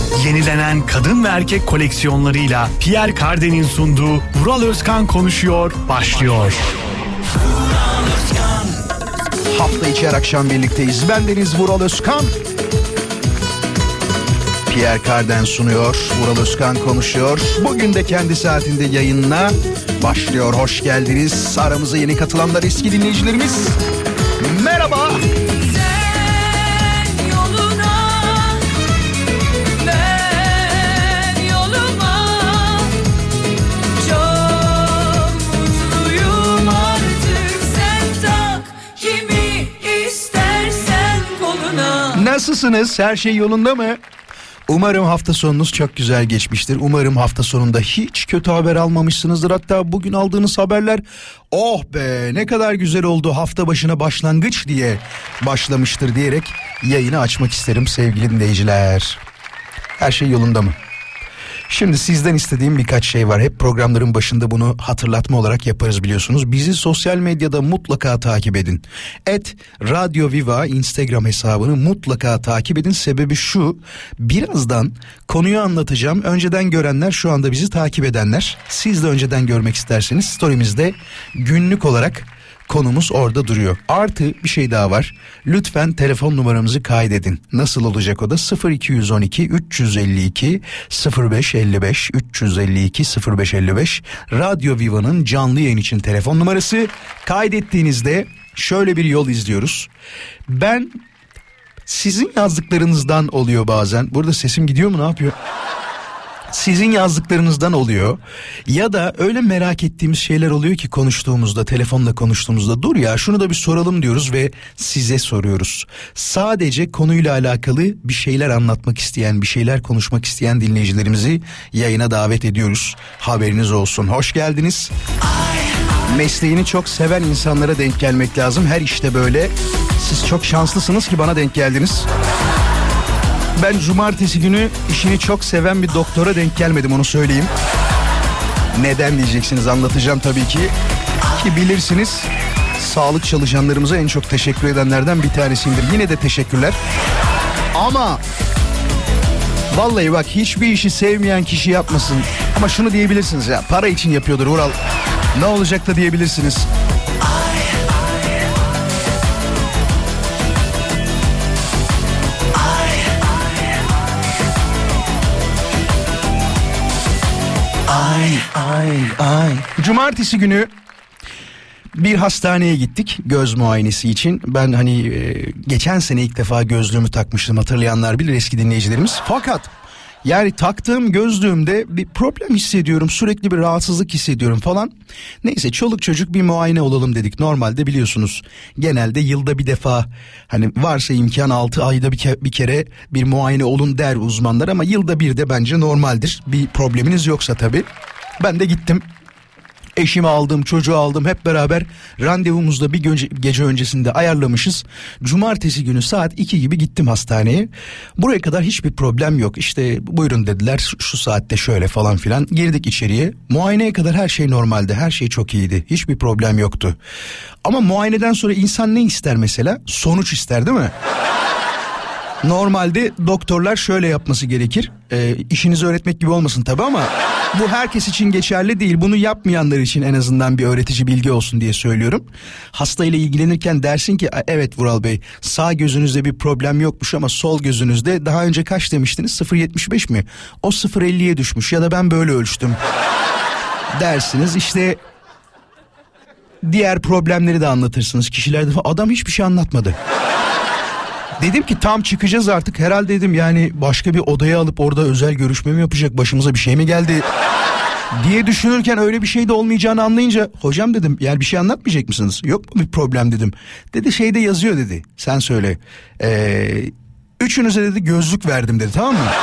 Yenilenen kadın ve erkek koleksiyonlarıyla Pierre Cardin'in sunduğu Vural Özkan Konuşuyor başlıyor. Hafta içi her akşam birlikteyiz. Bendeniz Vural Özkan. Pierre Cardin sunuyor. Vural Özkan konuşuyor. Bugün de kendi saatinde yayınına başlıyor. Hoş geldiniz. Aramıza yeni katılanlar, eski dinleyicilerimiz. Merhaba. Nasılsınız? Her şey yolunda mı? Umarım hafta sonunuz çok güzel geçmiştir. Umarım hafta sonunda hiç kötü haber almamışsınızdır. Hatta bugün aldığınız haberler oh be ne kadar güzel oldu, hafta başına başlangıç diye başlamıştır diyerek yayını açmak isterim sevgili dinleyiciler. Her şey yolunda mı? Şimdi sizden istediğim birkaç şey var. Hep programların başında bunu hatırlatma olarak yaparız biliyorsunuz. Bizi sosyal medyada mutlaka takip edin. @Radyo Viva Instagram hesabını mutlaka takip edin. Sebebi şu: birazdan konuyu anlatacağım. Önceden görenler, şu anda bizi takip edenler. Siz de önceden görmek isterseniz story'mizde günlük olarak konumuz orada duruyor. Artı bir şey daha var. Lütfen telefon numaramızı kaydedin. Nasıl olacak o da? 0212 352 0555 352 0555 Radyo Viva'nın canlı yayın için telefon numarası. Kaydettiğinizde şöyle bir yol izliyoruz. Ben sizin yazdıklarınızdan oluyor bazen. Burada sesim gidiyor mu, ne yapıyor? Sizin yazdıklarınızdan oluyor ya da öyle merak ettiğimiz şeyler oluyor ki konuştuğumuzda, telefonla konuştuğumuzda dur ya şunu da bir soralım diyoruz ve size soruyoruz. Sadece konuyla alakalı bir şeyler anlatmak isteyen, bir şeyler konuşmak isteyen dinleyicilerimizi yayına davet ediyoruz. Haberiniz olsun. Hoş geldiniz. Mesleğini çok seven insanlara denk gelmek lazım. Her işte böyle. Siz çok şanslısınız ki bana denk geldiniz. Ben cumartesi günü işini çok seven bir doktora denk gelmedim, onu söyleyeyim. Neden diyeceksiniz, anlatacağım tabii ki. Ki bilirsiniz, sağlık çalışanlarımıza en çok teşekkür edenlerden bir tanesiyimdir. Yine de teşekkürler. Ama vallahi bak, hiçbir işi sevmeyen kişi yapmasın. Ama şunu diyebilirsiniz, ya para için yapıyordur Vural, ne olacak da diyebilirsiniz. Ay. Cumartesi günü bir hastaneye gittik göz muayenesi için. Ben hani geçen sene ilk defa gözlüğümü takmıştım, hatırlayanlar bilir, eski dinleyicilerimiz. Fakat yani taktığım gözlüğümde bir problem hissediyorum, sürekli bir rahatsızlık hissediyorum falan. Neyse, çoluk çocuk bir muayene olalım dedik. Normalde biliyorsunuz genelde yılda bir defa, hani varsa imkan 6 ayda bir kere bir muayene olun der uzmanlar, ama yılda bir de bence normaldir. Bir probleminiz yoksa tabii. Ben de gittim. Eşimi aldım, çocuğu aldım, hep beraber randevumuzda bir gece öncesinde ayarlamışız. Cumartesi günü saat 2 gibi gittim hastaneye. Buraya kadar hiçbir problem yok. İşte buyurun dediler, şu saatte şöyle falan filan. Girdik içeriye. Muayeneye kadar her şey normaldi. Her şey çok iyiydi. Hiçbir problem yoktu. Ama muayeneden sonra insan ne ister mesela? Sonuç ister, değil mi? Normalde doktorlar şöyle yapması gerekir. İşinizi öğretmek gibi olmasın tabii ama bu herkes için geçerli değil. Bunu yapmayanlar için en azından bir öğretici bilgi olsun diye söylüyorum. Hastayla ilgilenirken dersin ki evet Vural Bey, sağ gözünüzde bir problem yokmuş ama sol gözünüzde daha önce kaç demiştiniz? 0.75 mi? O 0.50'ye düşmüş ya da ben böyle ölçtüm dersiniz. İşte diğer problemleri de anlatırsınız kişilerde. Adam hiçbir şey anlatmadı. Dedim ki tam çıkacağız artık herhalde, dedim yani başka bir odaya alıp orada özel görüşme mi yapacak, başımıza bir şey mi geldi diye düşünürken öyle bir şey de olmayacağını anlayınca, hocam dedim yani bir şey anlatmayacak mısınız? Yok mu bir problem dedim. Dedi şeyde yazıyor dedi, sen söyle. Üçünüze dedi gözlük verdim dedi, tamam mı?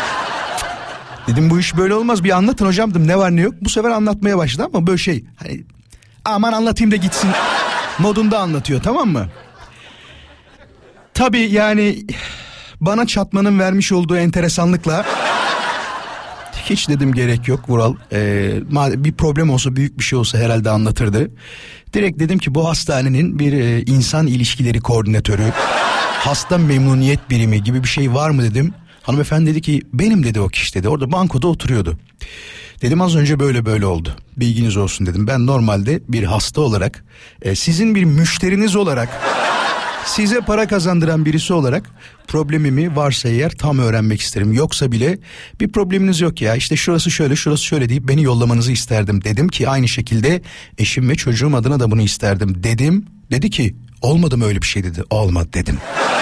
Dedim bu iş böyle olmaz, bir anlatın hocam dedim, ne var ne yok. Bu sefer anlatmaya başladı ama böyle şey, hani aman anlatayım da gitsin modunda anlatıyor, tamam mı? Tabii yani bana çatmanın vermiş olduğu enteresanlıkla hiç dedim gerek yok Vural. Bir problem olsa, büyük bir şey olsa herhalde anlatırdı. Direkt dedim ki bu hastanenin bir insan ilişkileri koordinatörü, hasta memnuniyet birimi gibi bir şey var mı dedim. Hanımefendi dedi ki benim dedi o kişi dedi. Orada bankoda oturuyordu. Dedim az önce böyle böyle oldu. Bilginiz olsun dedim. Ben normalde bir hasta olarak sizin bir müşteriniz olarak size para kazandıran birisi olarak problemimi varsa eğer tam öğrenmek isterim. Yoksa bile bir probleminiz yok ya işte şurası şöyle şurası şöyle deyip beni yollamanızı isterdim. Dedim ki aynı şekilde eşim ve çocuğum adına da bunu isterdim dedim. Dedi ki olmadı mı öyle bir şey dedi. Olmadı dedim.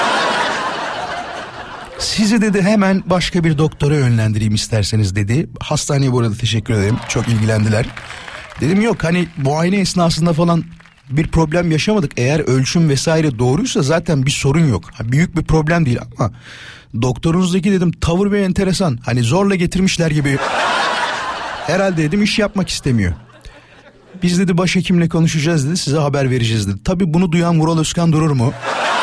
Sizi dedi hemen başka bir doktora yönlendireyim isterseniz dedi. Hastaneye bu arada teşekkür ederim. Çok ilgilendiler. Dedim yok hani muayene esnasında falan bir problem yaşamadık. Eğer ölçüm vesaire doğruysa zaten bir sorun yok. Büyük bir problem değil ama doktorunuzdaki dedim tavır ve enteresan. Hani zorla getirmişler gibi. Herhalde dedim iş yapmak istemiyor. Biz dedi başhekimle konuşacağız dedi, size haber vereceğiz dedi. Tabii bunu duyan Vural Özkan durur mu?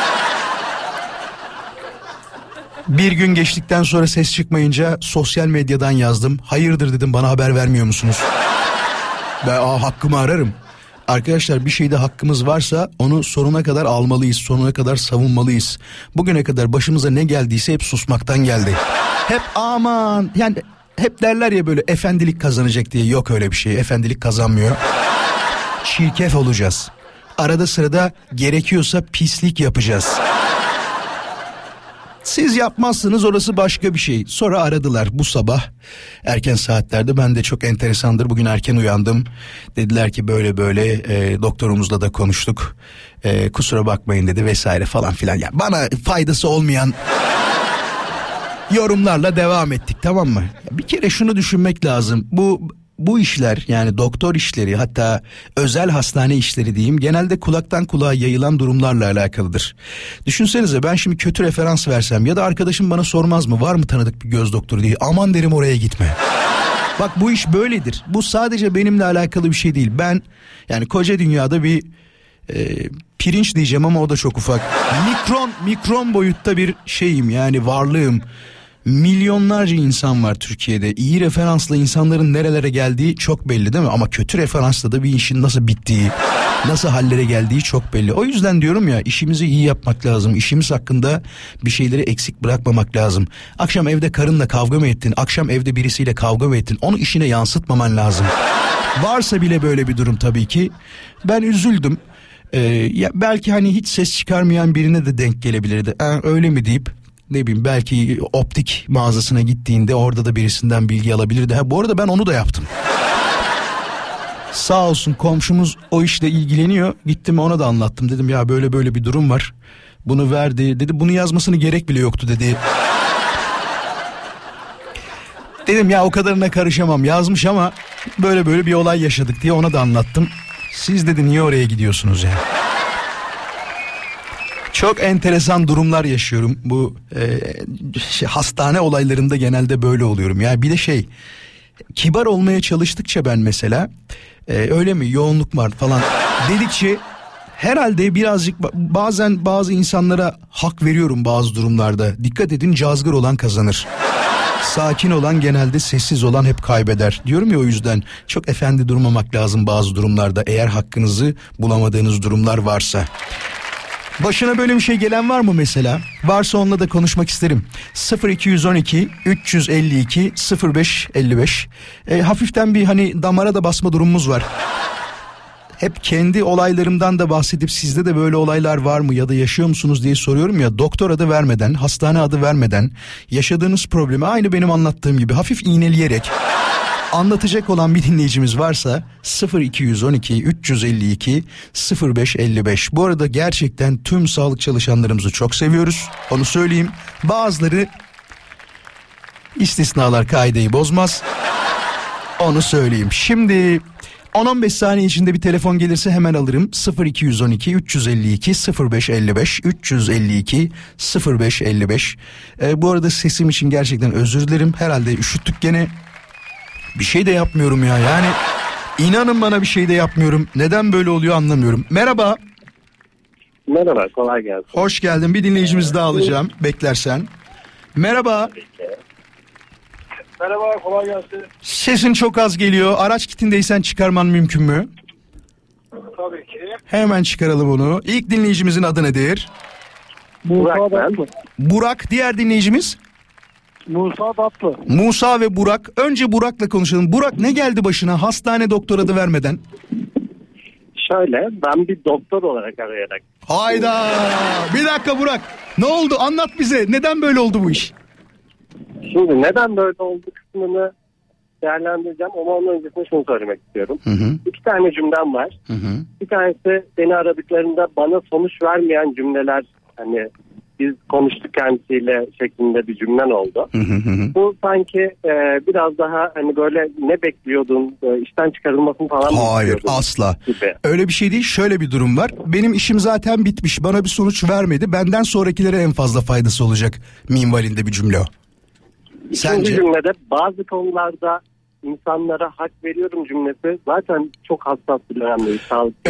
Bir gün geçtikten sonra ses çıkmayınca sosyal medyadan yazdım. Hayırdır dedim, bana haber vermiyor musunuz? Ben hakkımı ararım. Arkadaşlar bir şeyde hakkımız varsa onu sonuna kadar almalıyız, sonuna kadar savunmalıyız. Bugüne kadar başımıza ne geldiyse hep susmaktan geldi. Hep aman yani hep derler ya böyle efendilik kazanacak diye, yok öyle bir şey, efendilik kazanmıyor. Çirkef olacağız. Arada sırada gerekiyorsa pislik yapacağız. Siz yapmazsınız, orası başka bir şey. Sonra aradılar bu sabah erken saatlerde, ben de çok enteresandır bugün erken uyandım. Dediler ki böyle böyle doktorumuzla da konuştuk. Kusura bakmayın dedi vesaire falan filan. Ya bana faydası olmayan yorumlarla devam ettik, tamam mı? Bir kere şunu düşünmek lazım. Bu işler yani doktor işleri, hatta özel hastane işleri diyeyim, genelde kulaktan kulağa yayılan durumlarla alakalıdır. Düşünsenize ben şimdi kötü referans versem ya da arkadaşım bana sormaz mı var mı tanıdık bir göz doktoru diye, aman derim oraya gitme. Bak bu iş böyledir. Bu sadece benimle alakalı bir şey değil. Ben yani koca dünyada bir pirinç diyeceğim ama o da çok ufak. Mikron boyutta bir şeyim yani, varlığım. Milyonlarca insan var Türkiye'de. İyi referansla insanların nerelere geldiği çok belli değil mi? Ama kötü referansla da bir işin nasıl bittiği, nasıl hallere geldiği çok belli. O yüzden diyorum ya, işimizi iyi yapmak lazım. İşimiz hakkında bir şeyleri eksik bırakmamak lazım. Akşam evde karınla kavga mı ettin? Akşam evde birisiyle kavga mı ettin? Onu işine yansıtmaman lazım. Varsa bile böyle bir durum tabii ki. Ben üzüldüm. Ya belki hani hiç ses çıkarmayan birine de denk gelebilirdi. Öyle mi deyip ne bileyim belki optik mağazasına gittiğinde orada da birisinden bilgi alabilirdi. Bu arada ben onu da yaptım. Sağ olsun komşumuz o işle ilgileniyor. Gittim ona da anlattım. Dedim ya böyle böyle bir durum var. Bunu verdi. Dedi bunu yazmasını gerek bile yoktu dedi. Dedim ya o kadarına karışamam. Yazmış ama böyle böyle bir olay yaşadık diye ona da anlattım. Siz dedi niye oraya gidiyorsunuz ya? Çok enteresan durumlar yaşıyorum. Bu hastane olaylarında genelde böyle oluyorum. Yani bir de kibar olmaya çalıştıkça ben mesela öyle mi yoğunluk var falan dedikçe herhalde birazcık bazen bazı insanlara hak veriyorum bazı durumlarda. Dikkat edin, cazgır olan kazanır. Sakin olan genelde sessiz olan hep kaybeder. Diyorum ya, o yüzden çok efendi durmamak lazım bazı durumlarda, eğer hakkınızı bulamadığınız durumlar varsa. Başına böyle bir şey gelen var mı mesela? Varsa onunla da konuşmak isterim. 0212 352 0555. Hafiften bir hani damara da basma durumumuz var. Hep kendi olaylarımdan da bahsedip sizde de böyle olaylar var mı ya da yaşıyor musunuz diye soruyorum ya. Doktor adı vermeden, hastane adı vermeden yaşadığınız problemi aynı benim anlattığım gibi hafif iğneleyerek anlatacak olan bir dinleyicimiz varsa 0212 352 0555. Bu arada gerçekten tüm sağlık çalışanlarımızı çok seviyoruz. Onu söyleyeyim. Bazıları istisnalar kaideyi bozmaz. Onu söyleyeyim. Şimdi 10-15 saniye içinde bir telefon gelirse hemen alırım. 0212 352 0555 352 0555. Bu arada sesim için gerçekten özür dilerim. Herhalde üşüttük gene. Bir şey de yapmıyorum ya. Yani inanın bana bir şey de yapmıyorum. Neden böyle oluyor anlamıyorum. Merhaba. Merhaba, kolay gelsin. Hoş geldin. Bir dinleyicimizi daha alacağım. Beklersen. Merhaba. Merhaba, kolay gelsin. Sesin çok az geliyor. Araç kitindeysen çıkarman mümkün mü? Tabii ki. Hemen çıkaralım onu. İlk dinleyicimizin adı nedir? Burak ben. Burak. Diğer dinleyicimiz? Musa Tatlı. Musa ve Burak. Önce Burak'la konuşalım. Burak, ne geldi başına hastane doktor adı vermeden? Şöyle, ben bir doktor olarak arayarak. Hayda! Bir dakika Burak. Ne oldu? Anlat bize. Neden böyle oldu bu iş? Şimdi neden böyle oldu kısmını değerlendireceğim ama onun öncesinde şunu söylemek istiyorum. Hı hı. 2 tane cümlem var. Hı hı. Bir tanesi beni aradıklarında bana sonuç vermeyen cümleler, hani biz konuştuk kendisiyle şeklinde bir cümlen oldu. Hı hı hı. Bu sanki biraz daha hani böyle ne bekliyordun, işten çıkarılmasını falan mı Hayır, bekliyordun asla. gibi. Öyle bir şey değil. Şöyle bir durum var. Benim işim zaten bitmiş. Bana bir sonuç vermedi. Benden sonrakilere en fazla faydası olacak minvalinde bir cümle o. İkinci Sence? cümlede bazı konularda insanlara hak veriyorum cümlesi zaten çok hassas bir dönemdeyiz.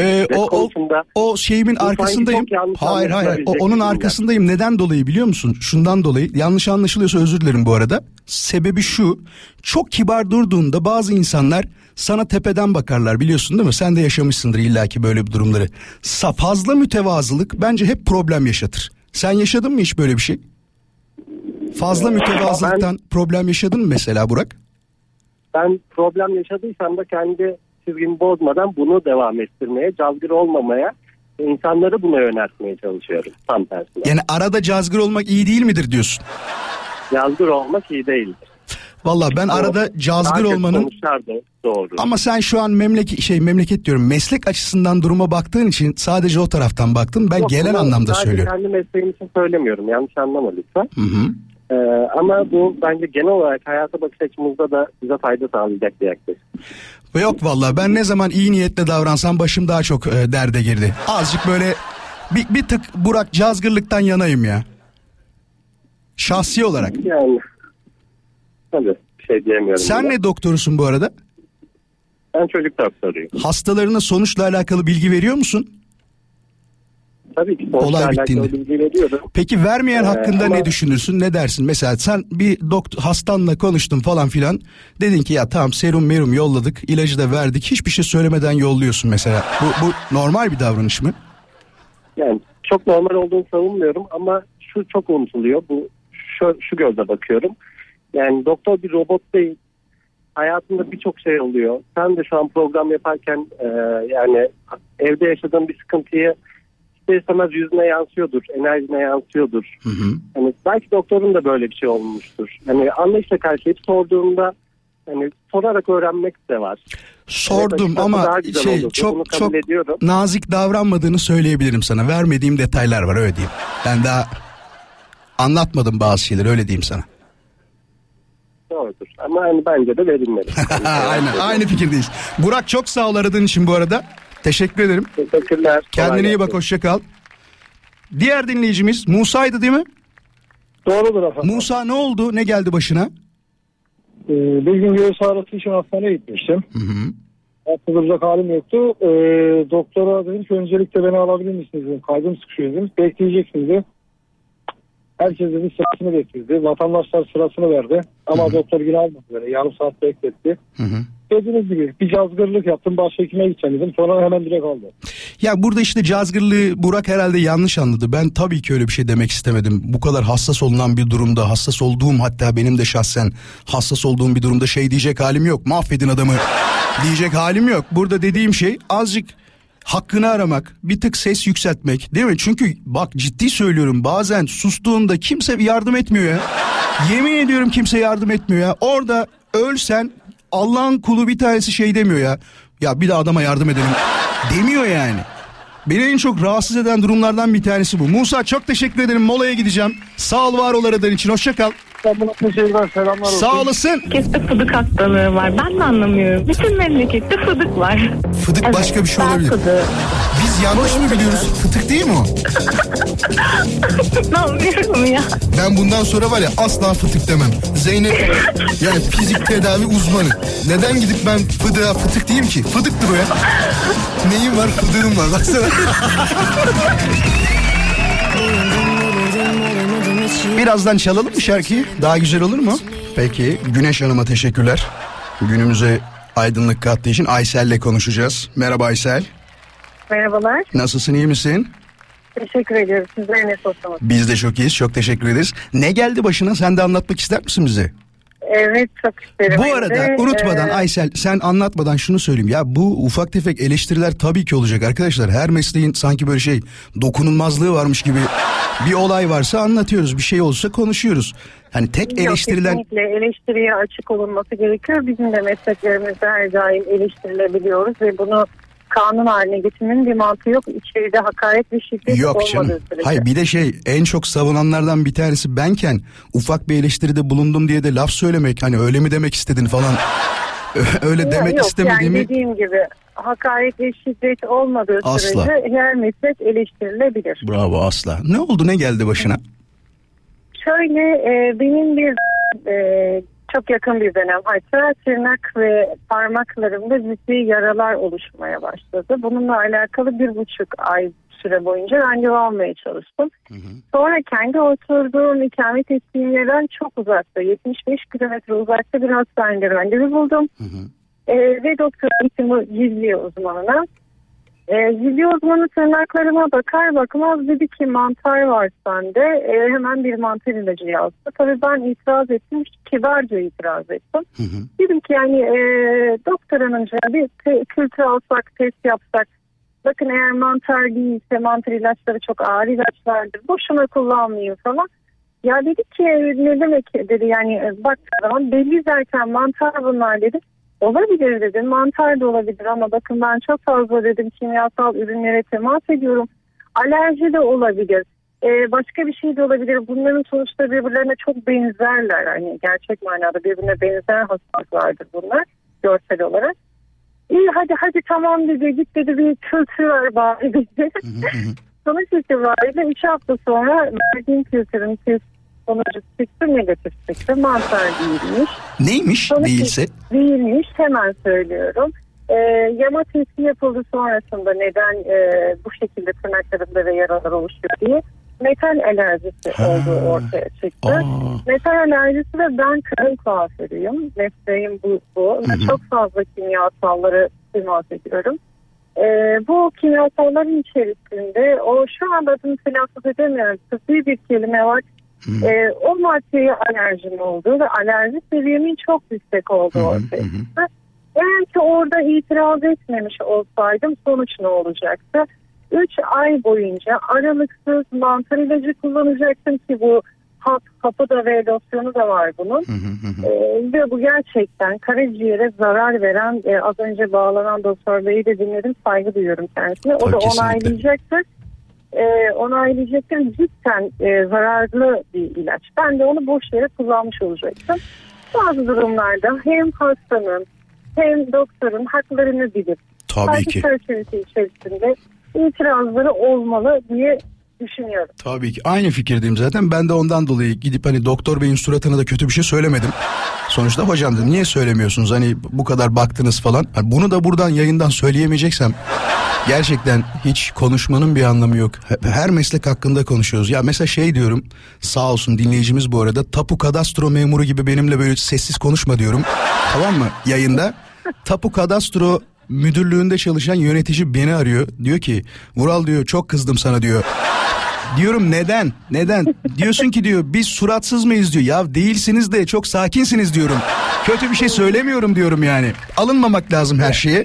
O şeyimin arkasındayım. Hayır. Onun arkasındayım. Neden dolayı biliyor musun? Şundan dolayı. Yanlış anlaşılıyorsa özür dilerim bu arada. Sebebi şu. Çok kibar durduğunda bazı insanlar sana tepeden bakarlar, biliyorsun değil mi? Sen de yaşamışsındır illaki böyle bir durumları. Fazla mütevazılık bence hep problem yaşatır. Sen yaşadın mı hiç böyle bir şey? Fazla mütevazılıktan problem yaşadın mı mesela Burak? Ben problem yaşadıysam da kendi çizgimi bozmadan bunu devam ettirmeye, cazgır olmamaya, insanları buna yöneltmeye çalışıyorum. Tam tersine. Yani arada cazgır olmak iyi değil midir diyorsun? Cazgır olmak iyi değildir. Valla ben arada cazgır olmanın... Doğru. Ama sen şu an memleket diyorum, meslek açısından duruma baktığın için sadece o taraftan baktın. Ben genel anlamda söylüyorum. Kendi mesleğim için söylemiyorum. Yanlış anlama lütfen. Hı hı. Ama bu bence genel olarak hayata bakış açımızda da bize fayda sağlayacak bir yaklaşım. Yok vallahi ben ne zaman iyi niyetle davransam başım daha çok derde girdi. Azıcık böyle bir tık Burak cazgırlıktan yanayım ya. Şahsi olarak. Yani tabii bir şey diyemiyorum. Sen bile. ne doktorusun bu arada? Ben çocuk doktoruyum. Hastalarına sonuçla alakalı bilgi veriyor musun? Tabii ki sonuçla alakalı bilgi veriyorum. Peki vermeyen hakkında ne düşünürsün? Ne dersin? Mesela sen bir hastanla konuştun falan filan. Dedin ki ya tamam serum yolladık. İlacı da verdik. Hiçbir şey söylemeden yolluyorsun mesela. Bu normal bir davranış mı? Yani çok normal olduğunu savunmuyorum ama şu çok unutuluyor. Şu gözle bakıyorum. Yani doktor bir robot değil. Hayatında birçok şey oluyor. Sen de şu an program yaparken yani evde yaşadığın bir sıkıntıyı ister istemez yüzüne yansıyordur, enerjine yansıyordur. Hı hı. Hani belki doktorun da böyle bir şey olmuştur. Hani anlayışla karşılayıp sorduğunda hani sorarak öğrenmek de var. Sordum evet, ama çok nazik davranmadığını söyleyebilirim sana. Vermediğim detaylar var, öyle diyeyim. Ben daha anlatmadım bazı şeyleri, öyle diyeyim sana. Doğrudur ama hani bence de verilmeli. Aynen, aynı fikirdeyiz. Burak çok sağ ol aradığın için bu arada. Teşekkür ederim. Teşekkürler. Kendine iyi bak, hoşça kal. Diğer dinleyicimiz Musa'ydı değil mi? Doğrudur efendim. Musa, ne oldu? Ne geldi başına? Bir gün göğüs ağrısı için hastaneye gitmiştim. Hı hı. Duracak halim yoktu. Doktora dedim ki öncelikle beni alabilir misiniz dedim. Kalbim sıkışıyor dedim. Bekleyeceksiniz dedi. Herkes dedi sırasını bekledi. Vatandaşlar sırasını verdi. Ama Hı-hı. doktor yine almadı beni. Yarım saat bekletti. Hı-hı. Dediğiniz gibi bir cazgırlık yaptım. Başhekime gideceğim dedim. Sonra hemen direkt aldı. Ya burada işte cazgırlığı Burak herhalde yanlış anladı. Ben tabii ki öyle bir şey demek istemedim. Bu kadar hassas olunan bir durumda, hassas olduğum, hatta benim de şahsen hassas olduğum bir durumda şey diyecek halim yok. Mahvedin adamı diyecek halim yok. Burada dediğim şey azıcık hakkını aramak, bir tık ses yükseltmek, değil mi? Çünkü bak ciddi söylüyorum, bazen sustuğunda kimse yardım etmiyor ya. Yemin ediyorum kimse yardım etmiyor ya. Orada ölsen Allah'ın kulu bir tanesi şey demiyor ya. Ya bir de adama yardım edelim demiyor yani. Beni en çok rahatsız eden durumlardan bir tanesi bu. Musa, çok teşekkür ederim. Molaya gideceğim. Sağ ol, var ol aradığın için. Hoşça kal. Teşekkürler, selamlar olsun. Sağ olasın. Herkeste fıdık hastalığı var. Ben de anlamıyorum. Bütün memlekette fıdık var. Fıdık Evet, başka bir şey olabilir. Fıdığı. Biz yanlış mı biliyoruz? Fıtık değil mi o? Anlamıyorum ya. Ben bundan sonra var ya asla fıtık demem. Zeynep yani fizik tedavi uzmanı. Neden gidip ben fıdığa fıtık diyeyim ki? Fıdıktır o ya. Neyim var? Fıdığım var. Baksana. Birazdan çalalım mı şarkıyı? Daha güzel olur mu? Peki. Güneş Hanım'a teşekkürler. Günümüze aydınlık kattığı için Aysel'le konuşacağız. Merhaba Aysel. Merhabalar. Nasılsın, iyi misin? Teşekkür ediyoruz. Sizlere ne sorsanız. Biz de çok iyiyiz. Çok teşekkür ederiz. Ne geldi başına? Sen de anlatmak ister misin bize? Evet, çok isterim. Bu arada unutmadan Aysel, sen anlatmadan şunu söyleyeyim. Ya bu ufak tefek eleştiriler tabii ki olacak arkadaşlar. Her mesleğin sanki böyle dokunulmazlığı varmış gibi bir olay varsa anlatıyoruz. Bir şey olsa konuşuyoruz. Hani tek eleştirilen... Kesinlikle eleştiriye açık olunması gerekiyor. Bizim de mesleklerimizde her daim eleştirilebiliyoruz ve bunu kanun haline getirmenin bir mantığı yok. İçeride hakaret ve şiddet yok olmadığı canım. sürece. Hayır, bir de en çok savunanlardan bir tanesi benken ufak bir eleştiride bulundum diye de laf söylemek, hani öyle mi demek istedin falan öyle demek yok, istemediğimi. Yani dediğim gibi hakaret ve şiddet olmadığı asla. sürece her meslek eleştirilebilir. Bravo, asla. Ne oldu, ne geldi başına? Şöyle benim bir çok yakın bir dönem hatta tırnak ve parmaklarımda ciddi yaralar oluşmaya başladı. Bununla alakalı 1,5 ay süre boyunca randevu almaya çalıştım. Sonra kendi oturduğum ikamet ettiğim yerden çok uzakta, 75 kilometre uzakta bir hastanede randevu buldum. Ve doktor gittim cildiye uzmanına. Cildiye uzmanı tırnaklarıma bakar bakmaz dedi ki mantar var sende. Hemen bir mantar ilacı yazdı. Tabii ben itiraz ettim. Kibarca itiraz ettim. Dedim ki doktor hanımca bir kültür alsak, test yapsak. Bakın eğer mantar değilse, mantar ilaçları çok ağır ilaçlardır. Boşuna kullanmayayım falan. Ya dedi ki ne demek dedi, baktığı zaman belli zaten mantar bunlar dedi. Olabilir dedim, mantar da olabilir ama bakın ben çok fazla dedim kimyasal ürünlere temas ediyorum. Alerji de olabilir, başka bir şey de olabilir. Bunların sonuçta birbirlerine çok benzerler. Hani gerçek manada birbirine benzer hastalıklardır bunlar görsel olarak. İyi hadi tamam dedi, git dedi bir kültür ver bari dedi. Sonuç itibariyle 3 hafta sonra verdiğim kültürün test sonucu çıktı, negatif çıktı. Mantar değilmiş. Neymiş değilse? Değilmiş, hemen söylüyorum. Yama testi yapıldı sonrasında neden bu şekilde tırnaklarımda ve yaralar oluşuyor diye. Metal alerjisi olduğu ortaya çıktı. Metal alerjisi ve ben karın kuaförüyüm. Mesleğim bu. Çok fazla kimyasalları temas ediyorum. Bu kimyasalların içerisinde şu anda adını telaffuz edemiyorum. Tıbbi bir kelime var. O maddeye alerjim olduğu ve alerji seviyemin çok yüksek olduğu ortaya çıktı. Eğer ki orada itiraz etmemiş olsaydım sonuç ne olacaktı? 3 ay boyunca aralıksız mantar ilacı kullanacaktım ki bu hapı da ve losyonu da var bunun. Ve bu gerçekten karaciğere zarar veren, az önce bağlanan doktor beyi de dinledim, saygı duyuyorum kendisine. O da onaylayacaktır. Onaylayacaktır. Cidden zararlı bir ilaç. Ben de onu boş yere kullanmış olacaktım. Bazı durumlarda hem hastanın hem doktorun haklarını bilip tabii ki çerçevesi içerisinde itirazları olmalı diye düşünüyorum. Tabii ki aynı fikirdeyim zaten. Ben de ondan dolayı gidip doktor beyin suratına da kötü bir şey söylemedim. Sonuçta hocam dedim, niye söylemiyorsunuz, bu kadar baktınız falan. Bunu da buradan yayından söyleyemeyeceksem gerçekten hiç konuşmanın bir anlamı yok. Her meslek hakkında konuşuyoruz. Ya mesela diyorum, sağ olsun dinleyicimiz bu arada, tapu kadastro memuru gibi benimle böyle sessiz konuşma diyorum. Tamam mı? Yayında tapu kadastro müdürlüğünde çalışan yönetici beni arıyor. Diyor ki Vural diyor, çok kızdım sana diyor. Diyorum neden? Diyorsun ki diyor biz suratsız mıyız diyor. Ya değilsiniz de çok sakinsiniz diyorum. Kötü bir şey söylemiyorum diyorum yani. Alınmamak lazım her şeye.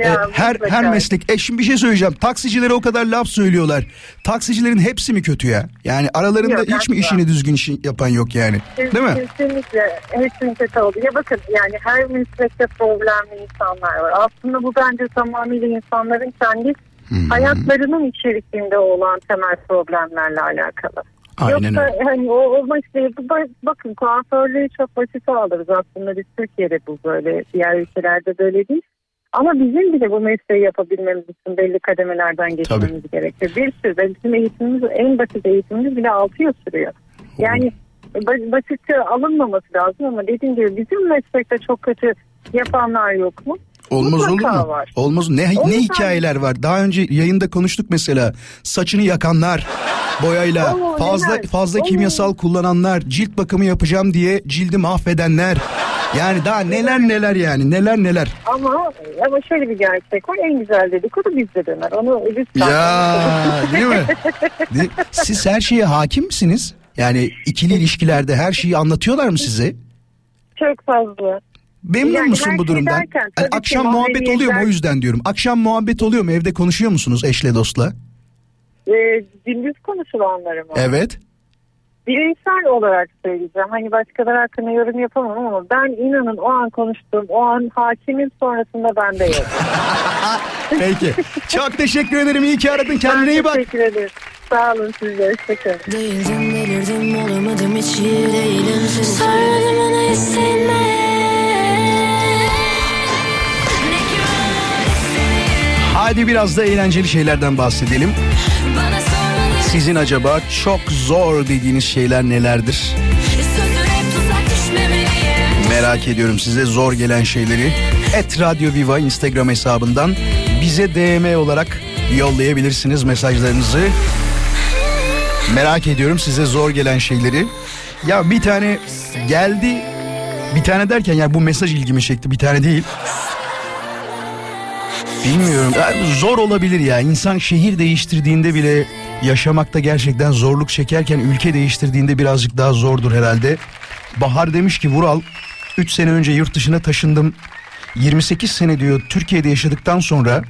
Her meslek. Şimdi bir şey söyleyeceğim. Taksicilere o kadar laf söylüyorlar. Taksicilerin hepsi mi kötü ya? Yani aralarında yok, hiç mi işini düzgün yapan yok yani? Değil mi? Kesinlikle. Hepsinin kötü oldu. Ya bakın her meslekte problemli insanlar var. Aslında bu bence tamamıyla insanların kendi hayatlarının içerisinde olan temel problemlerle alakalı. Aynen Yoksa o mesleği bakın kuaförlüğü çok basite alırız aslında, biz Türkiye'de bu böyle, diğer ülkelerde böyle değil. Ama bizim bile bu mesleği yapabilmemiz için belli kademelerden geçmemiz gerekiyor. Bir sürü bizim eğitimimiz, en basit eğitimimiz bile 6 yıl sürüyor. Yani basitçe alınmaması lazım ama dediğim gibi bizim meslekte çok kötü yapanlar yok mu? Olmaz olur mu? Var. Olmaz. Ne hikayeler var? Daha önce yayında konuştuk mesela. Saçını yakanlar, boyayla fazla kimyasal kullananlar, cilt bakımı yapacağım diye cildi mahvedenler. Yani daha neler yani neler. Ama şöyle bir gerçek var. En güzel dedikodu bizde döner. Onu lütfen. Ya değil mi? Siz her şeye hakim misiniz? Yani ikili ilişkilerde her şeyi anlatıyorlar mı size? Çok fazla. Memnun musun bu durumdan? Derken, hani akşam muhabbet oluyor mu, o yüzden diyorum. Akşam muhabbet oluyor mu? Evde konuşuyor musunuz eşle dostla? Gündüz konuşulanları mı? Evet. Bireysel olarak söyleyeceğim. Hani başkaları hakkında yorum yapamam ama ben inanın o an konuştuğum, o an hakimim, sonrasında bende yok. Peki. Çok teşekkür ederim. İyi ki aradın. Kendine iyi bak. Teşekkür ederim. Sağ olun, siz de. Hoşçakalın. Değildim, delirdim, olamadım, hiç iyi değilim. Sardım ona hissetme. Hadi biraz da eğlenceli şeylerden bahsedelim. Sizin acaba çok zor dediğiniz şeyler nelerdir? Merak ediyorum size zor gelen şeyleri. @radyoviva Instagram hesabından bize DM olarak yollayabilirsiniz mesajlarınızı. Merak ediyorum size zor gelen şeyleri. Ya bir tane geldi. Bir tane derken yani bu mesaj ilgimi çekti. Bir tane değil. Bilmiyorum. Zor olabilir ya. İnsan şehir değiştirdiğinde bile yaşamakta gerçekten zorluk çekerken ülke değiştirdiğinde birazcık daha zordur herhalde. Bahar demiş ki Vural 3 sene önce yurt dışına taşındım. 28 sene diyor Türkiye'de yaşadıktan sonra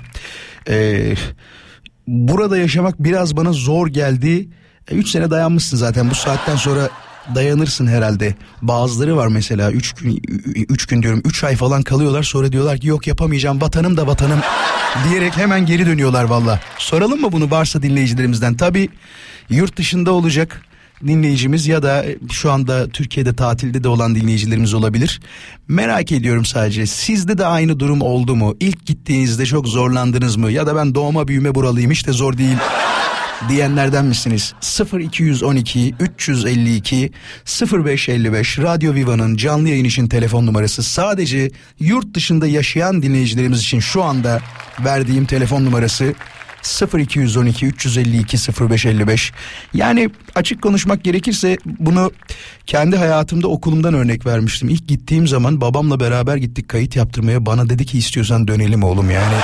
burada yaşamak biraz bana zor geldi. 3 sene dayanmışsın zaten, bu saatten sonra dayanırsın herhalde. Bazıları var mesela 3 ay falan kalıyorlar, sonra diyorlar ki yok yapamayacağım, vatanım da vatanım diyerek hemen geri dönüyorlar valla. Soralım mı bunu varsa dinleyicilerimizden? Tabii yurt dışında olacak dinleyicimiz ya da şu anda Türkiye'de tatilde de olan dinleyicilerimiz olabilir. Merak ediyorum sadece, sizde de aynı durum oldu mu? İlk gittiğinizde çok zorlandınız mı? Ya da ben doğma büyüme buralıyım, hiç de zor değil diyenlerden misiniz? 0212 352 0555 Radyo Viva'nın canlı yayın için telefon numarası. Sadece yurt dışında yaşayan dinleyicilerimiz için şu anda verdiğim telefon numarası 0212 352 0555. Yani açık konuşmak gerekirse bunu kendi hayatımda, okulumdan örnek vermiştim. İlk gittiğim zaman babamla beraber gittik kayıt yaptırmaya. Bana dedi ki istiyorsan dönelim oğlum yani.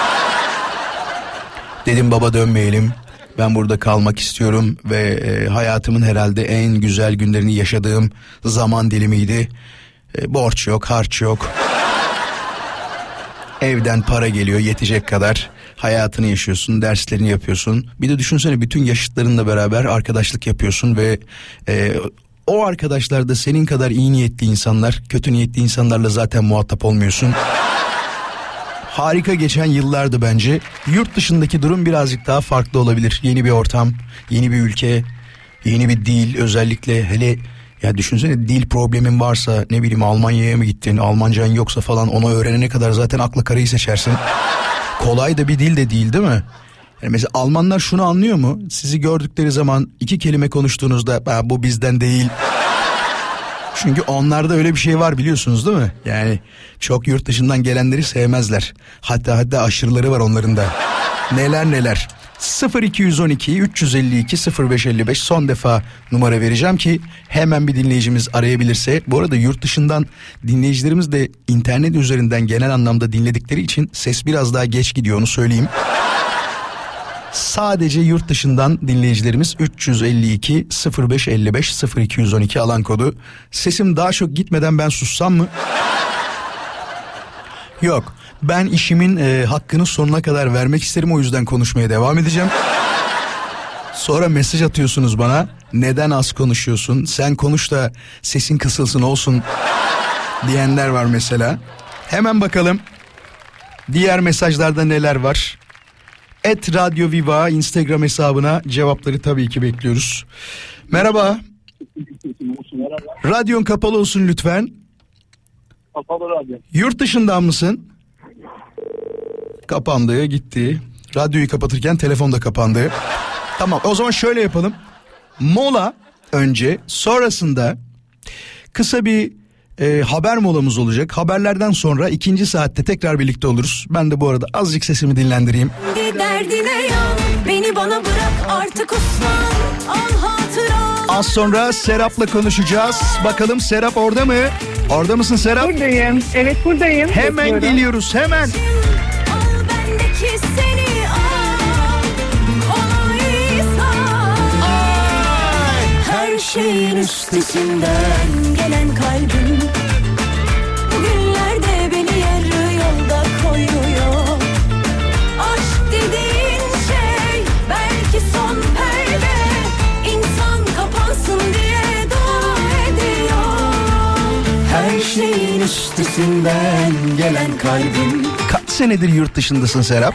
Dedim baba dönmeyelim. Ben burada kalmak istiyorum ve hayatımın herhalde en güzel günlerini yaşadığım zaman dilimiydi. Borç yok, harç yok. Evden para geliyor yetecek kadar. Hayatını yaşıyorsun, derslerini yapıyorsun. Bir de düşünsene bütün yaşıtlarınla beraber arkadaşlık yapıyorsun ve o arkadaşlar da senin kadar iyi niyetli insanlar, kötü niyetli insanlarla zaten muhatap olmuyorsun. Harika geçen yıllardı bence. Yurt dışındaki durum birazcık daha farklı olabilir. Yeni bir ortam, yeni bir ülke, yeni bir dil, özellikle hele ya düşünsene dil problemin varsa, ne bileyim Almanya'ya mı gittin, Almancan yoksa falan, onu öğrenene kadar zaten akla karayı seçersin. Kolay da bir dil de değil mi? Yani mesela Almanlar şunu anlıyor mu? Sizi gördükleri zaman 2 kelime konuştuğunuzda bu bizden değil. Çünkü onlarda öyle bir şey var, biliyorsunuz değil mi? Yani çok yurt dışından gelenleri sevmezler. Hatta aşırıları var onların da. Neler. 0212 352 0555 son defa numara vereceğim ki hemen bir dinleyicimiz arayabilirse. Bu arada yurt dışından dinleyicilerimiz de internet üzerinden genel anlamda dinledikleri için ses biraz daha geç gidiyor, onu söyleyeyim. Sadece yurt dışından dinleyicilerimiz 352 0555 0212 alan kodu. Sesim daha çok gitmeden ben sussam mı? Yok. Ben işimin hakkını sonuna kadar vermek isterim, o yüzden konuşmaya devam edeceğim. Sonra mesaj atıyorsunuz bana. Neden az konuşuyorsun? Sen konuş da sesin kısılsın olsun diyenler var mesela. Hemen bakalım diğer mesajlarda neler var. @Radyo Viva Instagram hesabına cevapları tabii ki bekliyoruz. Merhaba. Radyon kapalı olsun lütfen. Kapalı radyo. Yurt dışından mısın? Kapandı, gitti. Radyoyu kapatırken telefon da kapandı. Tamam, o zaman şöyle yapalım. Mola önce, sonrasında kısa bir haber molamız olacak. Haberlerden sonra 2. saatte tekrar birlikte oluruz. Ben de bu arada azıcık sesimi dinlendireyim. Derdine yan, beni bana bırak artık Osman, al hatıra. Az sonra Serap'la konuşacağız. Bakalım Serap orada mı? Orada mısın Serap? Buradayım. Evet buradayım. Hemen Bekliyorum. geliyoruz hemen. Al bendeki seni al, olaysa her şeyin üstesinden gelen kalbim bugünlerde beni yarı yolda koyuyor. Aşk dediğin şey belki son perde, insan kapansın diye dua ediyor. Her şeyin üstesinden gelen kalbim. Kaç senedir yurt dışındasın Serap?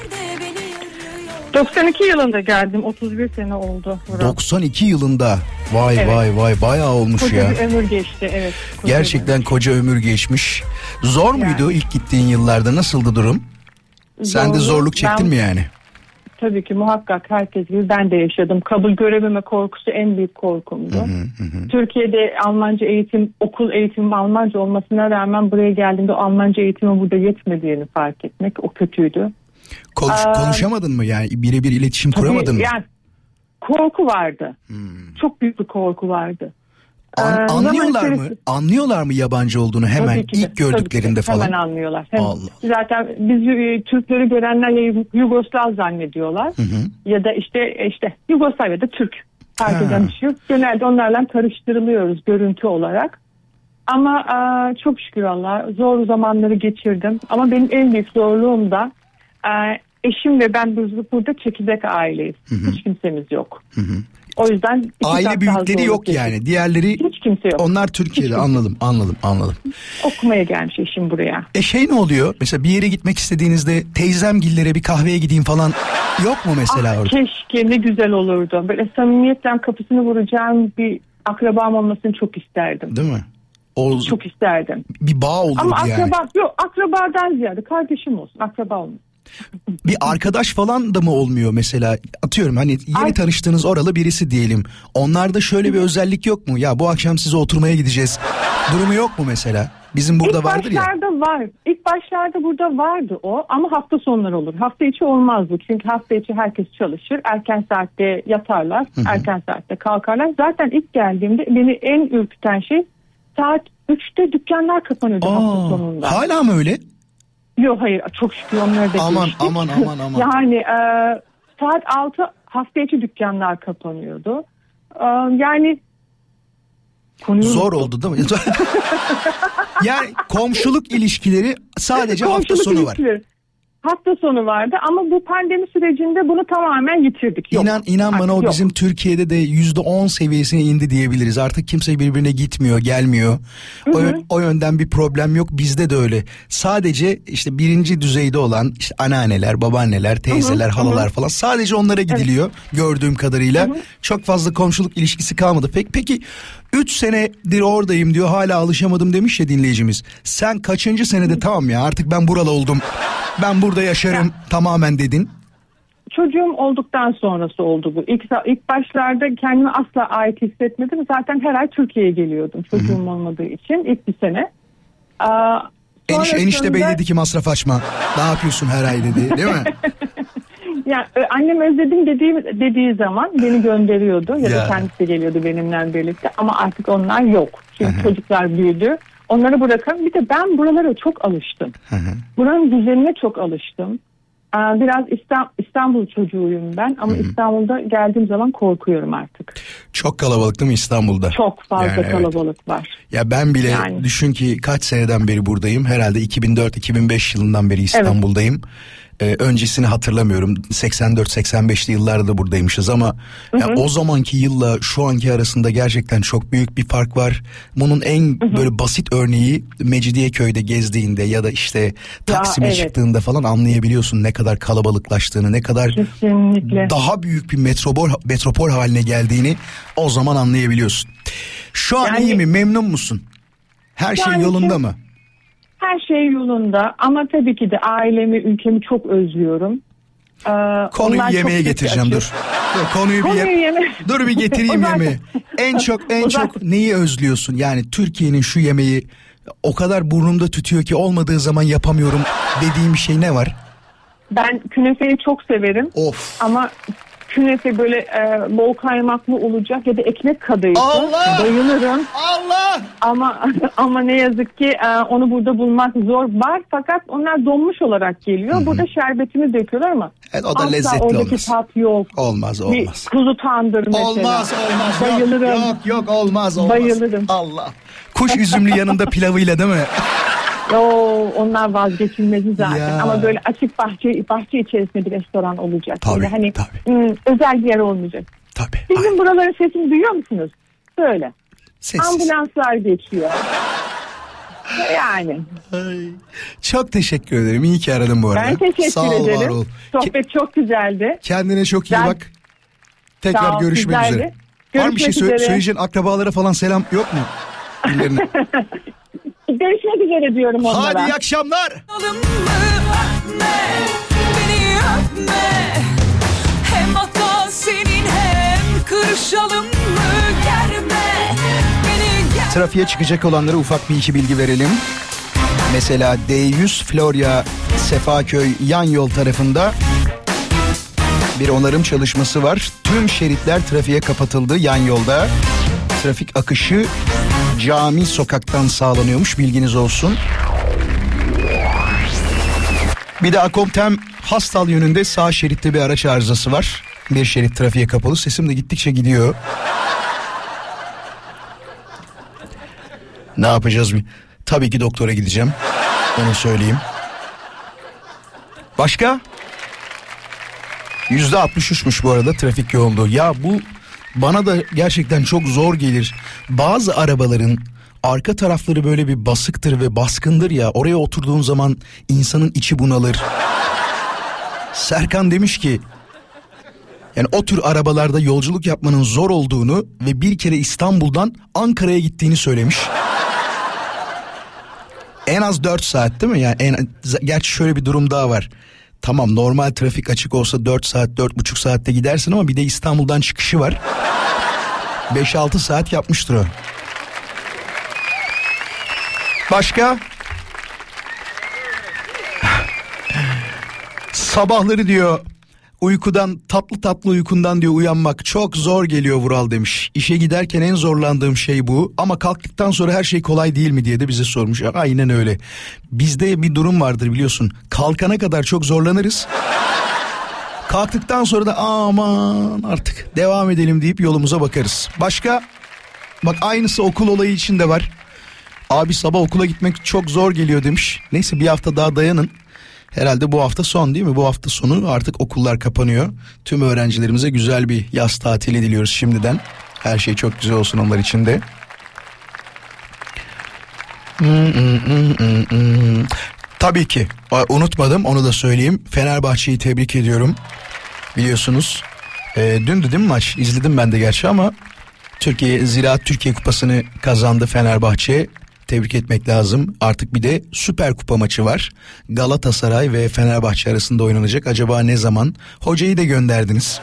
92 yılında geldim. 31 sene oldu. 92 yılında. Vay Evet. vay bayağı olmuş Koca ya. bir ömür geçti. Evet. koca Gerçekten bir koca ömür geçmiş. Zor Yani. muydu ilk gittiğin yıllarda? Nasıldı durum? Sen de Zorlu. zorluk çektin Ben- mi yani? Tabii ki muhakkak herkes gibi ben de yaşadım. Kabul görememe korkusu en büyük korkumdu. Türkiye'de Almanca eğitim, okul eğitimim Almanca olmasına rağmen buraya geldiğimde o Almanca eğitimi burada yetmediğini fark etmek o kötüydü. Konuşamadın mı yani? Birebir iletişim kuramadın mı? Yani korku vardı. Çok büyük bir korku vardı. Anlıyorlar zaman mı? içerisinde- Anlıyorlar mı yabancı olduğunu hemen Tabii ki de, ilk gördüklerinde tabii ki de. falan? Hemen anlıyorlar. Hemen. Allah. Zaten biz Türkleri görenler ya Yugoslav zannediyorlar ya da işte Yugoslavya'da Türk. Fark Ha. eden bir şey yok. Genelde onlarla karıştırılıyoruz görüntü olarak. Ama çok şükür Allah'a zor zamanları geçirdim. Ama benim en büyük zorluğum da eşim ve ben burada çekirdek aileyiz. Hiç kimsemiz yok. O yüzden iki kat Aile daha büyükleri zorluk yok yaşadım. yani. Diğerleri Hiç kimse yok. onlar Türkiye'de. Anladım. Okumaya gelmiş eşim buraya. Ne oluyor? Mesela bir yere gitmek istediğinizde teyzemgillere bir kahveye gideyim falan yok mu mesela orada? Keşke ne güzel olurdu. Böyle samimiyetle kapısını vuracağım bir akrabam olmasını çok isterdim. Değil mi? Çok isterdim. Bir bağ olurdu Ama yani. akrabadan ziyade kardeşim olsun, akraba olmasın. Bir arkadaş falan da mı olmuyor mesela? Atıyorum hani yeni tanıştığınız oralı birisi diyelim. Onlarda şöyle bir özellik yok mu? Ya bu akşam size oturmaya gideceğiz. Durumu yok mu mesela? Bizim burada vardır ya. İlk başlarda burada vardı o ama hafta sonları olur. Hafta içi olmaz bu. Çünkü hafta içi herkes çalışır. Erken saatte yatarlar. Erken saatte kalkarlar. Zaten ilk geldiğimde beni en ürküten şey saat 3'te dükkanlar kapanıyordu hafta sonunda. Hala mı öyle? Yok hayır çok şükür onları da geçtik. Aman. Yani saat 6 hafta içi dükkanlar kapanıyordu. Yani zor oldu değil mi? Yani komşuluk ilişkileri sadece hafta sonu var. Hafta sonu vardı ama bu pandemi sürecinde bunu tamamen yitirdik. Yok. İnan bana o yok. bizim Türkiye'de de %10 seviyesine indi diyebiliriz. Artık kimse birbirine gitmiyor, gelmiyor. O yönden bir problem yok. Bizde de öyle. Sadece işte birinci düzeyde olan işte anneanneler, babaanneler, teyzeler, halalar falan sadece onlara gidiliyor gördüğüm kadarıyla. Çok fazla komşuluk ilişkisi kalmadı. Peki 3 senedir oradayım diyor, hala alışamadım demiş ya dinleyicimiz. Sen kaçıncı senede tamam ya artık ben buralı oldum, ben burada yaşarım tamamen dedin? Çocuğum olduktan sonrası oldu bu. İlk başlarda kendimi asla ait hissetmedim. Zaten her ay Türkiye'ye geliyordum çocuğum olmadığı için ilk bir sene. Enişte bey dedi ki masraf açma. Ne yapıyorsun her ay dedi, değil mi? Yani annem özledim dediği zaman beni gönderiyordu ya da kendisi de geliyordu benimle birlikte ama artık onlar yok. Çünkü çocuklar büyüdü. Onları bırakalım. Bir de ben buralara çok alıştım. Buranın düzenine çok alıştım. Biraz İstanbul çocuğuyum ben ama İstanbul'da geldiğim zaman korkuyorum artık. Çok kalabalık değil mi İstanbul'da? Çok fazla kalabalık var. Ya ben bile düşün ki kaç seneden beri buradayım. Herhalde 2004-2005 yılından beri İstanbul'dayım. Öncesini hatırlamıyorum. 84-85'li yıllarda da buradaymışız ama o zamanki yılla şu anki arasında gerçekten çok büyük bir fark var. Bunun en böyle basit örneği Mecidiyeköy'de gezdiğinde ya da işte Taksim'e çıktığında falan anlayabiliyorsun ne kadar kalabalıklaştığını, ne kadar kesinlikle daha büyük bir metropol haline geldiğini o zaman anlayabiliyorsun. Şu an iyi mi? Memnun musun? Her şey yolunda mı? Her şey yolunda ama tabii ki de ailemi, ülkemi çok özlüyorum. Konuyu yemeğe getireceğim dur. Dur bir getireyim yemeği. En çok neyi özlüyorsun? Yani Türkiye'nin şu yemeği o kadar burnumda tütüyor ki olmadığı zaman yapamıyorum dediğim bir şey ne var? Ben künefeyi çok severim. Of. Ama künefe böyle bol kaymaklı olacak ya da ekmek kadayıfı. Allah! Bayılırım. Allah! Ama ne yazık ki onu burada bulmak zor. Var fakat onlar donmuş olarak geliyor. Hı-hı. Burada şerbetini döküyorlar ama evet, o da lezzetli oradaki olmaz. tat yok. Olmaz. Bir kuzu tandır mesela. Olmaz. Bayılırım. Yok olmaz. Bayılırım. Allah. Kuş üzümlü yanında pilavıyla değil mi? Onlar vazgeçilmezi zaten. Ya. Ama böyle açık bahçe içerisinde bir restoran olacak. Tabii, hani özel bir yer olmayacak. Tabii. Bizim buraların sesini duyuyor musunuz? Böyle. Sessiz. Ambulanslar geçiyor. Yani. Ay. Çok teşekkür ederim. İyi ki aradın bu arada. Ben teşekkür ederim. Var ol. Sohbet çok güzeldi. Kendine çok iyi bak. Tekrar görüşmek üzere. Var mı bir şey söyleyeceğin akrabalara falan selam yok mu? Görüşmek üzere diyorum onlara. Hadi iyi akşamlar. Beni öpme. Hem hata senin hem kırışalım mı germe. Trafiğe çıkacak olanlara ufak bir iki bilgi verelim. Mesela D100 Florya Sefaköy yan yol tarafında bir onarım çalışması var. Tüm şeritler trafiğe kapatıldı yan yolda. Trafik akışı Cami Sokak'tan sağlanıyormuş, bilginiz olsun. Bir de Akomtem Hastal yönünde sağ şeritte bir araç arızası var. Bir şerit trafiğe kapalı. Sesim de gittikçe gidiyor. Ne yapacağız? Tabii ki doktora gideceğim. Onu söyleyeyim. Başka? %63'müş bu arada trafik yoğunluğu. Ya bu bana da gerçekten çok zor gelir. Bazı arabaların arka tarafları böyle bir basıktır ve baskındır ya. Oraya oturduğun zaman insanın içi bunalır. Serkan demiş ki yani o tür arabalarda yolculuk yapmanın zor olduğunu ve bir kere İstanbul'dan Ankara'ya gittiğini söylemiş. En az 4 saat değil mi? Yani gerçi şöyle bir durum daha var. Tamam, normal trafik açık olsa 4 saat 4,5 saatte gidersin ama bir de İstanbul'dan çıkışı var. 5-6 saat yapmıştır o. Başka? Sabahları diyor uykudan, tatlı uykundan diyor uyanmak çok zor geliyor Vural demiş. İşe giderken en zorlandığım şey bu ama kalktıktan sonra her şey kolay değil mi diye de bize sormuş. Aynen öyle. Bizde bir durum vardır biliyorsun. Kalkana kadar çok zorlanırız. Kalktıktan sonra da aman artık devam edelim deyip yolumuza bakarız. Başka? Bak aynısı okul olayı için de var. Abi sabah okula gitmek çok zor geliyor demiş. Neyse bir hafta daha dayanın. Herhalde bu hafta son değil mi? Bu hafta sonu artık okullar kapanıyor. Tüm öğrencilerimize güzel bir yaz tatili diliyoruz şimdiden. Her şey çok güzel olsun onlar için de. Tabii ki unutmadım, onu da söyleyeyim. Fenerbahçe'yi tebrik ediyorum. Biliyorsunuz dündü değil mi maç? İzledim ben de gerçi ama Ziraat Türkiye Kupası'nı kazandı Fenerbahçe. Tebrik etmek lazım. Artık bir de Süper Kupa maçı var. Galatasaray ve Fenerbahçe arasında oynanacak. Acaba ne zaman? Hocayı da gönderdiniz.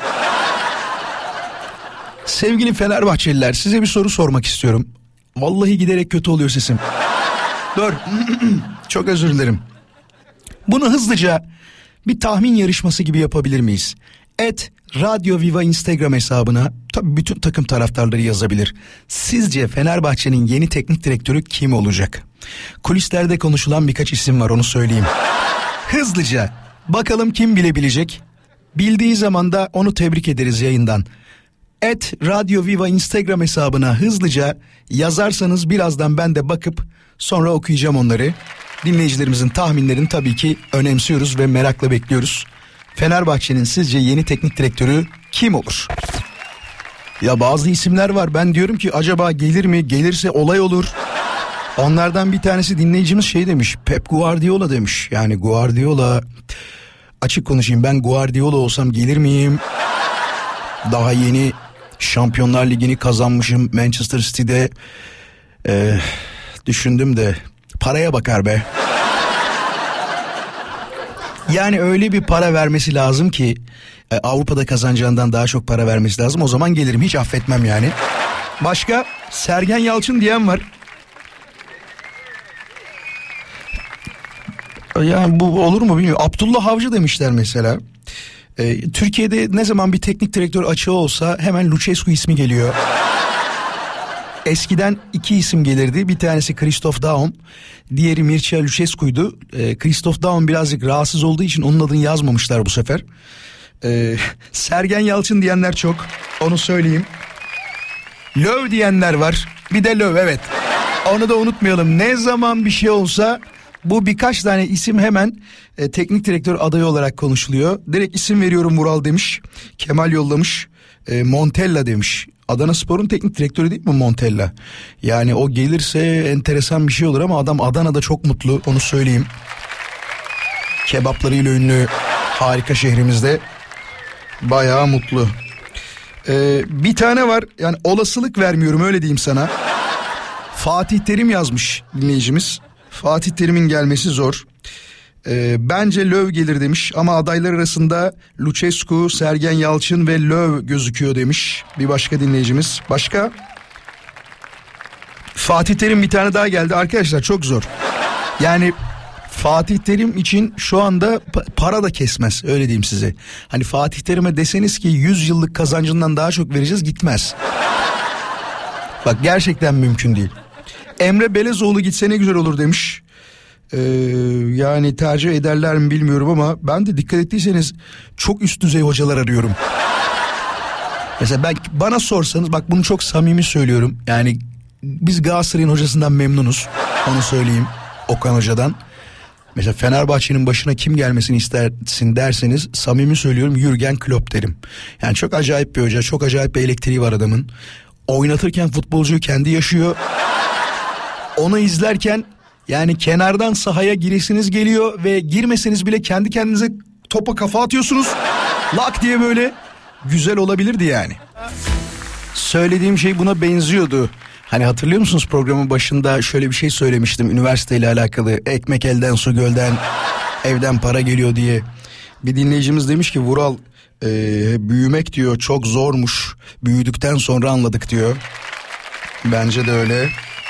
Sevgili Fenerbahçeliler, size bir soru sormak istiyorum. Vallahi giderek kötü oluyor sesim. Dur. Çok özür dilerim. Bunu hızlıca bir tahmin yarışması gibi yapabilir miyiz? Radyo Viva Instagram hesabına tabii bütün takım taraftarları yazabilir. Sizce Fenerbahçe'nin yeni teknik direktörü kim olacak? Kulislerde konuşulan birkaç isim var, onu söyleyeyim. Hızlıca bakalım kim bilebilecek? Bildiği zaman da onu tebrik ederiz yayından. Radyo Viva Instagram hesabına hızlıca yazarsanız birazdan ben de bakıp sonra okuyacağım onları. Dinleyicilerimizin tahminlerini tabii ki önemsiyoruz ve merakla bekliyoruz. Fenerbahçe'nin sizce yeni teknik direktörü kim olur? Ya bazı isimler var, ben diyorum ki acaba gelir mi? Gelirse olay olur. Onlardan bir tanesi dinleyicimiz şey demiş, Pep Guardiola demiş. Yani Guardiola, açık konuşayım, ben Guardiola olsam gelir miyim? Daha yeni Şampiyonlar Ligi'ni kazanmışım Manchester City'de. Düşündüm de paraya bakar be. Yani öyle bir para vermesi lazım ki Avrupa'da kazanacağından daha çok para vermesi lazım. O zaman gelirim, hiç affetmem yani. Başka? Sergen Yalçın diyen var. Yani bu olur mu bilmiyorum. Abdullah Avcı demişler mesela. Türkiye'de ne zaman bir teknik direktör açığı olsa hemen Lucescu ismi geliyor. Eskiden 2 isim gelirdi. Bir tanesi Christoph Daum, diğeri Mircea Lucescu'ydu. Christoph Daum birazcık rahatsız olduğu için onun adını yazmamışlar bu sefer. Sergen Yalçın diyenler çok, onu söyleyeyim. Löw diyenler var. Bir de Löw, evet. Onu da unutmayalım. Ne zaman bir şey olsa bu birkaç tane isim hemen teknik direktör adayı olarak konuşuluyor. Direkt isim veriyorum Vural demiş. Kemal yollamış. Montella demiş. Adanaspor'un teknik direktörü değil mi Montella? Yani o gelirse enteresan bir şey olur ama adam Adana'da çok mutlu, onu söyleyeyim. Kebaplarıyla ünlü harika şehrimizde bayağı mutlu. Bir tane var, yani olasılık vermiyorum öyle diyeyim sana. Fatih Terim yazmış dinleyicimiz. Fatih Terim'in gelmesi zor. Bence Löw gelir demiş ama adaylar arasında Lucescu, Sergen Yalçın ve Löw gözüküyor demiş bir başka dinleyicimiz. Başka? Fatih Terim bir tane daha geldi. Arkadaşlar çok zor. Yani Fatih Terim için şu anda para da kesmez, öyle diyeyim size. Hani Fatih Terim'e deseniz ki 100 yıllık kazancından daha çok vereceğiz, gitmez. Bak gerçekten mümkün değil. Emre Belezoğlu gitse ne güzel olur demiş. Yani tercih ederler mi bilmiyorum ama ben de dikkat ettiyseniz çok üst düzey hocalar arıyorum. Mesela bana sorsanız, bak bunu çok samimi söylüyorum. Yani biz Galatasaray'ın hocasından memnunuz. Onu söyleyeyim, Okan Hoca'dan. Mesela Fenerbahçe'nin başına kim gelmesini istersin derseniz samimi söylüyorum Jürgen Klopp derim. Yani çok acayip bir hoca, çok acayip bir elektriği var adamın. Oynatırken futbolcuyu kendi yaşıyor. Onu izlerken yani kenardan sahaya giresiniz geliyor ve girmeseniz bile kendi kendinize topa kafa atıyorsunuz. Lak diye böyle güzel olabilirdi yani. Söylediğim şey buna benziyordu. Hani hatırlıyor musunuz, programın başında şöyle bir şey söylemiştim üniversiteyle alakalı. Ekmek elden su gölden, evden para geliyor diye. Bir dinleyicimiz demiş ki Vural büyümek diyor çok zormuş. Büyüdükten sonra anladık diyor. Bence de öyle.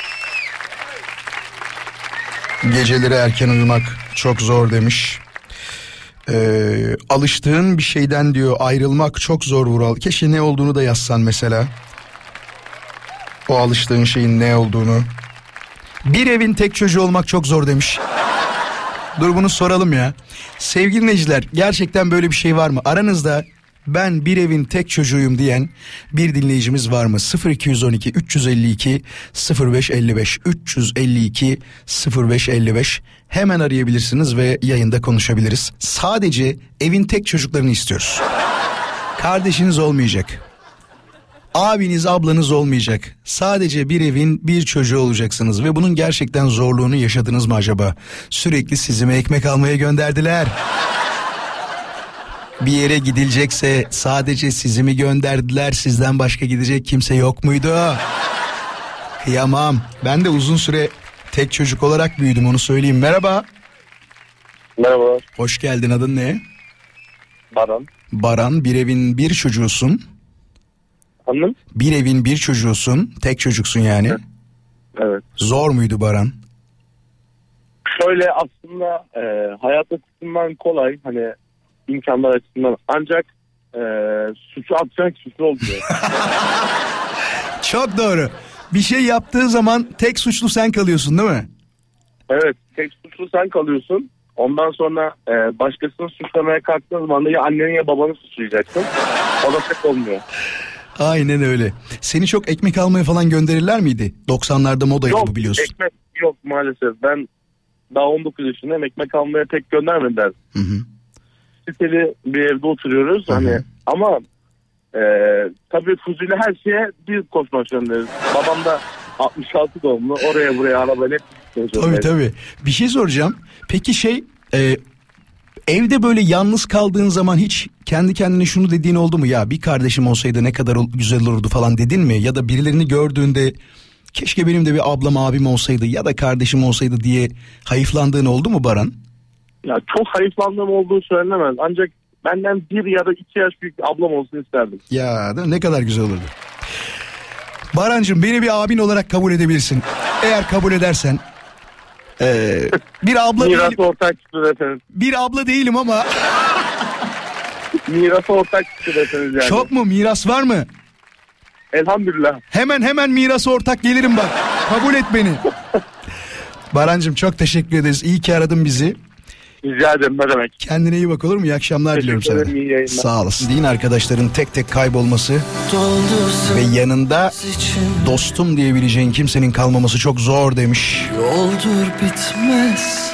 Geceleri erken uyumak çok zor demiş. Alıştığın bir şeyden diyor ayrılmak çok zor Vural. Keşke ne olduğunu da yazsan mesela. O alıştığın şeyin ne olduğunu. Bir evin tek çocuğu olmak çok zor demiş. Dur bunu soralım ya. Sevgili dinleyiciler, gerçekten böyle bir şey var mı? Aranızda ben bir evin tek çocuğuyum diyen bir dinleyicimiz var mı? 0212 352 0555 352 0555 hemen arayabilirsiniz ve yayında konuşabiliriz. Sadece evin tek çocuklarını istiyoruz. Kardeşiniz olmayacak. Abiniz, ablanız olmayacak. Sadece bir evin bir çocuğu olacaksınız ve bunun gerçekten zorluğunu yaşadınız mı acaba? Sürekli sizi mi ekmek almaya gönderdiler? Bir yere gidilecekse sadece sizi mi gönderdiler? Sizden başka gidecek kimse yok muydu? Kıyamam. Ben de uzun süre tek çocuk olarak büyüdüm, onu söyleyeyim. Merhaba. Merhaba. Hoş geldin, adın ne? Baran. Baran, bir evin bir çocuğusun. Anladın? Bir evin bir çocuğusun, tek çocuksun yani. Evet. Zor muydu Baran? Şöyle aslında hayat açısından kolay, hani imkanlar açısından, ancak suçu atacak suçlu oluyor. Çok doğru. Bir şey yaptığı zaman tek suçlu sen kalıyorsun değil mi? Evet, tek suçlu sen kalıyorsun. Ondan sonra başkasını suçlamaya kalktığın zaman da ya anneni ya babanı suçlayacaksın. O da pek olmuyor. Aynen öyle. Seni çok ekmek almaya falan gönderirler miydi? 90'larda modaydı bu, biliyorsun. Ekmek yok maalesef. Ben daha 19 yaşındayım, ekmek almaya pek göndermediler. Siteli bir evde oturuyoruz. Hı-hı. Hani ama tabii Fuzu'yla her şeye bir koşmak zorundayız. Babam da 66 doğumlu, oraya buraya arabayla tabii. Bir şey soracağım. Peki evde böyle yalnız kaldığın zaman hiç kendi kendine şunu dediğin oldu mu? Ya bir kardeşim olsaydı ne kadar güzel olurdu falan dedin mi? Ya da birilerini gördüğünde keşke benim de bir ablam abim olsaydı ya da kardeşim olsaydı diye hayıflandığın oldu mu Baran? Ya çok hayıflandığım olduğu söylenemez. Ancak benden 1 ya da 2 yaş büyük bir ablam olsun isterdim. Ya ne kadar güzel olurdu. Barancığım, beni bir abin olarak kabul edebilirsin. Eğer kabul edersen. Bir abla değilim. Ortak efendim. Bir abla değilim ama mirasa ortak çıkıyorsunuz yani. Çok mu? Miras var mı? Elhamdülillah. Hemen mirasa ortak gelirim bak. Kabul et beni. Barancığım çok teşekkür ederiz. İyi ki aradın bizi. Rica ederim, ne demek. Kendine iyi bak, olur mu? İyi akşamlar diliyorum sana. Ederim, iyi yayınlar. Sağ olasın. Din arkadaşların tek tek kaybolması ve yanında dostum diyebileceğin kimsenin kalmaması çok zor demiş. Yoldur bitmez.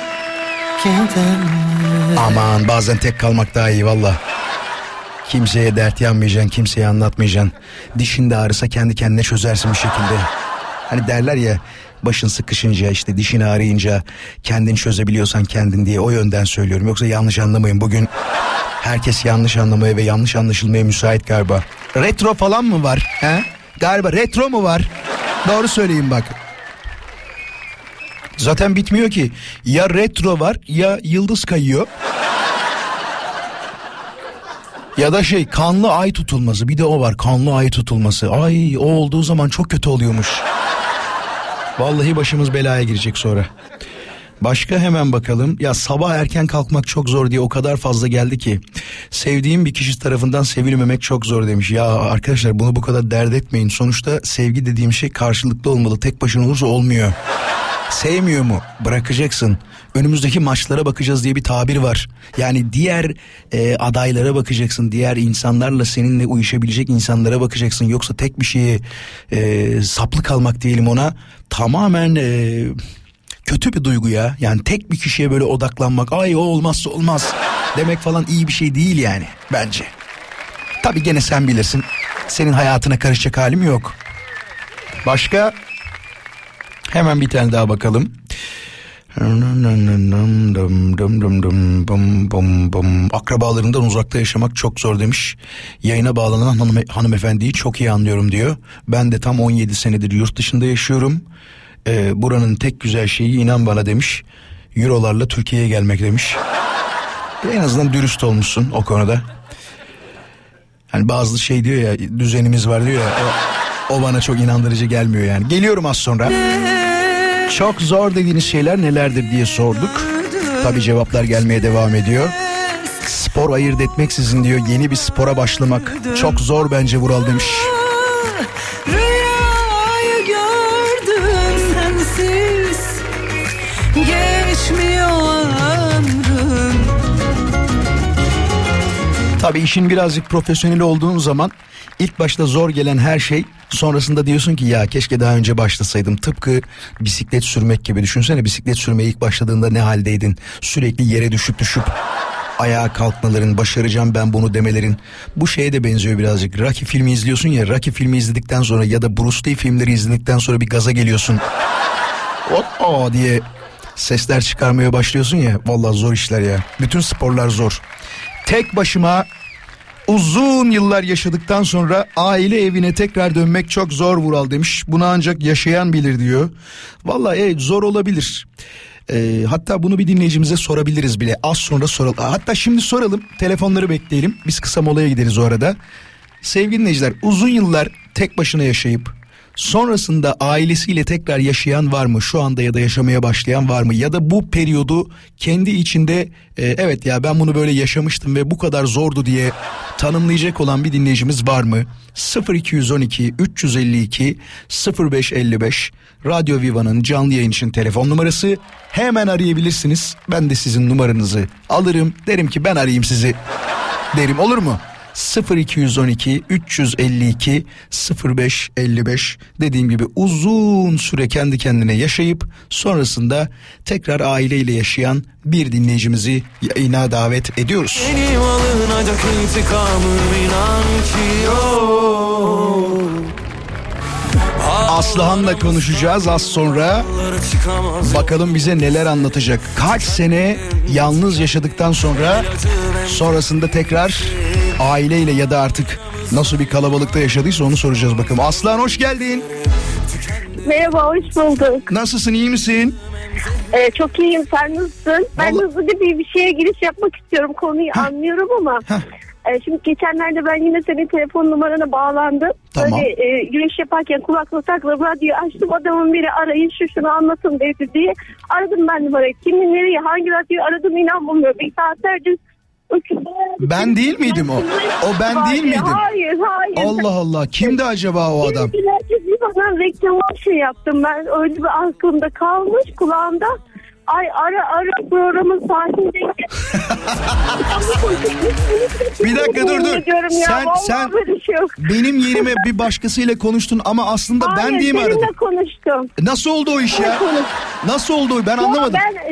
Aman bazen tek kalmak daha iyi valla. Kimseye dert yanmayacaksın, kimseye anlatmayacaksın. Dişin de ağrısa kendi kendine çözersin bir şekilde. Hani derler ya, başın sıkışınca, işte dişin ağrıyınca kendin çözebiliyorsan kendin diye, o yönden söylüyorum. Yoksa yanlış anlamayın, bugün herkes yanlış anlamaya ve yanlış anlaşılmaya müsait galiba. Retro falan mı var? He? Galiba retro mu var? Doğru söyleyin bak. Zaten bitmiyor ki. Ya retro var ya yıldız kayıyor. Ya da kanlı ay tutulması, bir de o var, kanlı ay tutulması. Ay, o olduğu zaman çok kötü oluyormuş. Vallahi başımız belaya girecek sonra. Başka hemen bakalım. Ya sabah erken kalkmak çok zor diye o kadar fazla geldi ki. Sevdiğim bir kişi tarafından sevilmemek çok zor demiş. Ya arkadaşlar, bunu bu kadar dert etmeyin. Sonuçta sevgi dediğim şey karşılıklı olmalı. Tek başına olursa olmuyor. Sevmiyor mu? Bırakacaksın. Önümüzdeki maçlara bakacağız diye bir tabir var. Yani diğer adaylara bakacaksın. Diğer insanlarla, seninle uyuşabilecek insanlara bakacaksın. Yoksa tek bir şeye saplı kalmak diyelim ona. Tamamen kötü bir duygu ya. Yani tek bir kişiye böyle odaklanmak, ay o olmazsa olmaz demek falan iyi bir şey değil yani bence. Tabii gene sen bilirsin. Senin hayatına karışacak halim yok. Başka? Hemen bir tane daha bakalım. Akrabalarından uzakta yaşamak çok zor demiş. Yayına bağlanan hanımefendiyi çok iyi anlıyorum diyor. Ben de tam 17 senedir yurt dışında yaşıyorum. Buranın tek güzel şeyi, inan bana demiş, Eurolarla Türkiye'ye gelmek demiş. En azından dürüst olmuşsun o konuda. Hani bazı diyor ya, düzenimiz var diyor ya, o bana çok inandırıcı gelmiyor yani. Geliyorum az sonra. Çok zor dediğiniz şeyler nelerdir diye sorduk. Tabii cevaplar gelmeye devam ediyor. Spor ayırt etmeksizin diyor, yeni bir spora başlamak çok zor bence Vural demiş. Rüyayı gördüm sensiz, geçmiyor ömrüm. Tabii işin birazcık profesyonel olduğun zaman ilk başta zor gelen her şey, sonrasında diyorsun ki ya keşke daha önce başlasaydım. Tıpkı bisiklet sürmek gibi. Düşünsene, bisiklet sürmeye ilk başladığında ne haldeydin? Sürekli yere düşüp ayağa kalkmaların, başaracağım ben bunu demelerin. Bu şeye de benziyor birazcık. Rocky filmi izliyorsun ya, Rocky filmi izledikten sonra ya da Bruce Lee filmleri izledikten sonra bir gaza geliyorsun. O diye sesler çıkarmaya başlıyorsun ya. Vallahi zor işler ya. Bütün sporlar zor. Tek başıma uzun yıllar yaşadıktan sonra aile evine tekrar dönmek çok zor Vural demiş. Bunu ancak yaşayan bilir diyor. Vallahi evet, zor olabilir. Hatta bunu bir dinleyicimize sorabiliriz bile. Az sonra soralım. Hatta şimdi soralım. Telefonları bekleyelim. Biz kısa molaya gideriz o arada. Sevgili dinleyiciler, uzun yıllar tek başına yaşayıp sonrasında ailesiyle tekrar yaşayan var mı? Şu anda ya da yaşamaya başlayan var mı? Ya da bu periyodu kendi içinde evet ya ben bunu böyle yaşamıştım ve bu kadar zordu diye tanımlayacak olan bir dinleyicimiz var mı? 0212 352 0555 Radyo Viva'nın canlı yayın için telefon numarası. Hemen arayabilirsiniz. Ben de sizin numaranızı alırım. Derim ki ben arayayım sizi derim, olur mu? 0212 352 0555. Dediğim gibi uzun süre kendi kendine yaşayıp sonrasında tekrar aileyle yaşayan bir dinleyicimizi yayına davet ediyoruz. Benim alınacak intikamım inan ki yok. Aslıhan'la konuşacağız az sonra. Bakalım bize neler anlatacak. Kaç sene yalnız yaşadıktan sonra sonrasında tekrar aileyle ya da artık nasıl bir kalabalıkta yaşadıysa onu soracağız bakalım. Aslıhan hoş geldin. Merhaba, hoş bulduk. Nasılsın, iyi misin? Çok iyiyim, sen nasılsın? Ben hızlıca bir şeye giriş yapmak istiyorum. Konuyu anlıyorum ama... Şimdi geçenlerde ben yine senin telefon numarana bağlandım. Tamam. Böyle yürüyüş yaparken kulaklığı takıp radyoyu açtım. Adamın biri arayın şunu anlatın dedi diye. Aradım ben numarayı. Kimin nereye hangi radyoyu aradım inan bulmuyor. Bir saatlerce Ben değil miydim o? O ben değil miydim? Hayır. Allah Allah. Kimdi acaba o adam? Bir bana reklam şey yaptım ben. Öyle bir aklımda kalmış kulağımda. Ay ara programın saatindeyken. Bir dakika dur. Sen şey benim yerime bir başkasıyla konuştun ama aslında ben diye mi aradın? Hayır, konuştum. Nasıl oldu o iş ya? Nasıl oldu? Ben anlamadım. Ben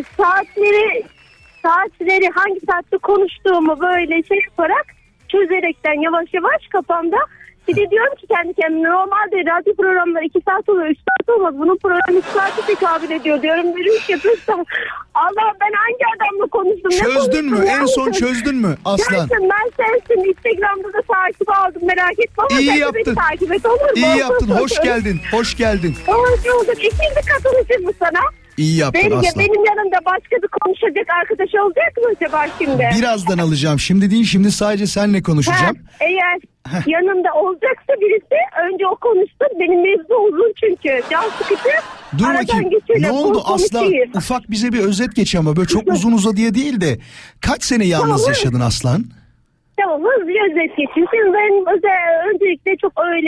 saatleri hangi saatte konuştuğumu böyle şey yaparak çözerekten yavaş yavaş kafamda. Bir de diyorum ki kendi kendime normalde radyo programları 2 saat oluyor 3 saat olmaz. Bunun programı 3 saate tekabül ediyor diyorum. Yürüyüş yapıyorsam Allah ben hangi adamla konuştum? Çözdün mü? En son çözdün mü Aslan? Ben sensin. Instagram'da da takip aldım merak etme ama İyi yaptın. Takip et olur mu? İyi yaptın. Hoş geldin. Hoş geldin. Hoş bulduk. İkinci katılışım mı sana? İyi yaptın Aslan. Benim yanımda başka bir konuşacak arkadaş olacak mı acaba şimdi? Birazdan alacağım. Şimdi değil, şimdi sadece seninle konuşacağım. Eğer yanımda olacaksa birisi önce o konuşsun. Benim mevzu uzun çünkü. Can sıkıcı. Dur bakayım. Ne oldu Aslan? Ufak bize bir özet geç ama böyle çok uzun uzadıya değil de. Kaç sene yalnız yaşadın Aslan? Tamam, hızlı özet geçeyim. Şimdi ben öncelikle çok öyle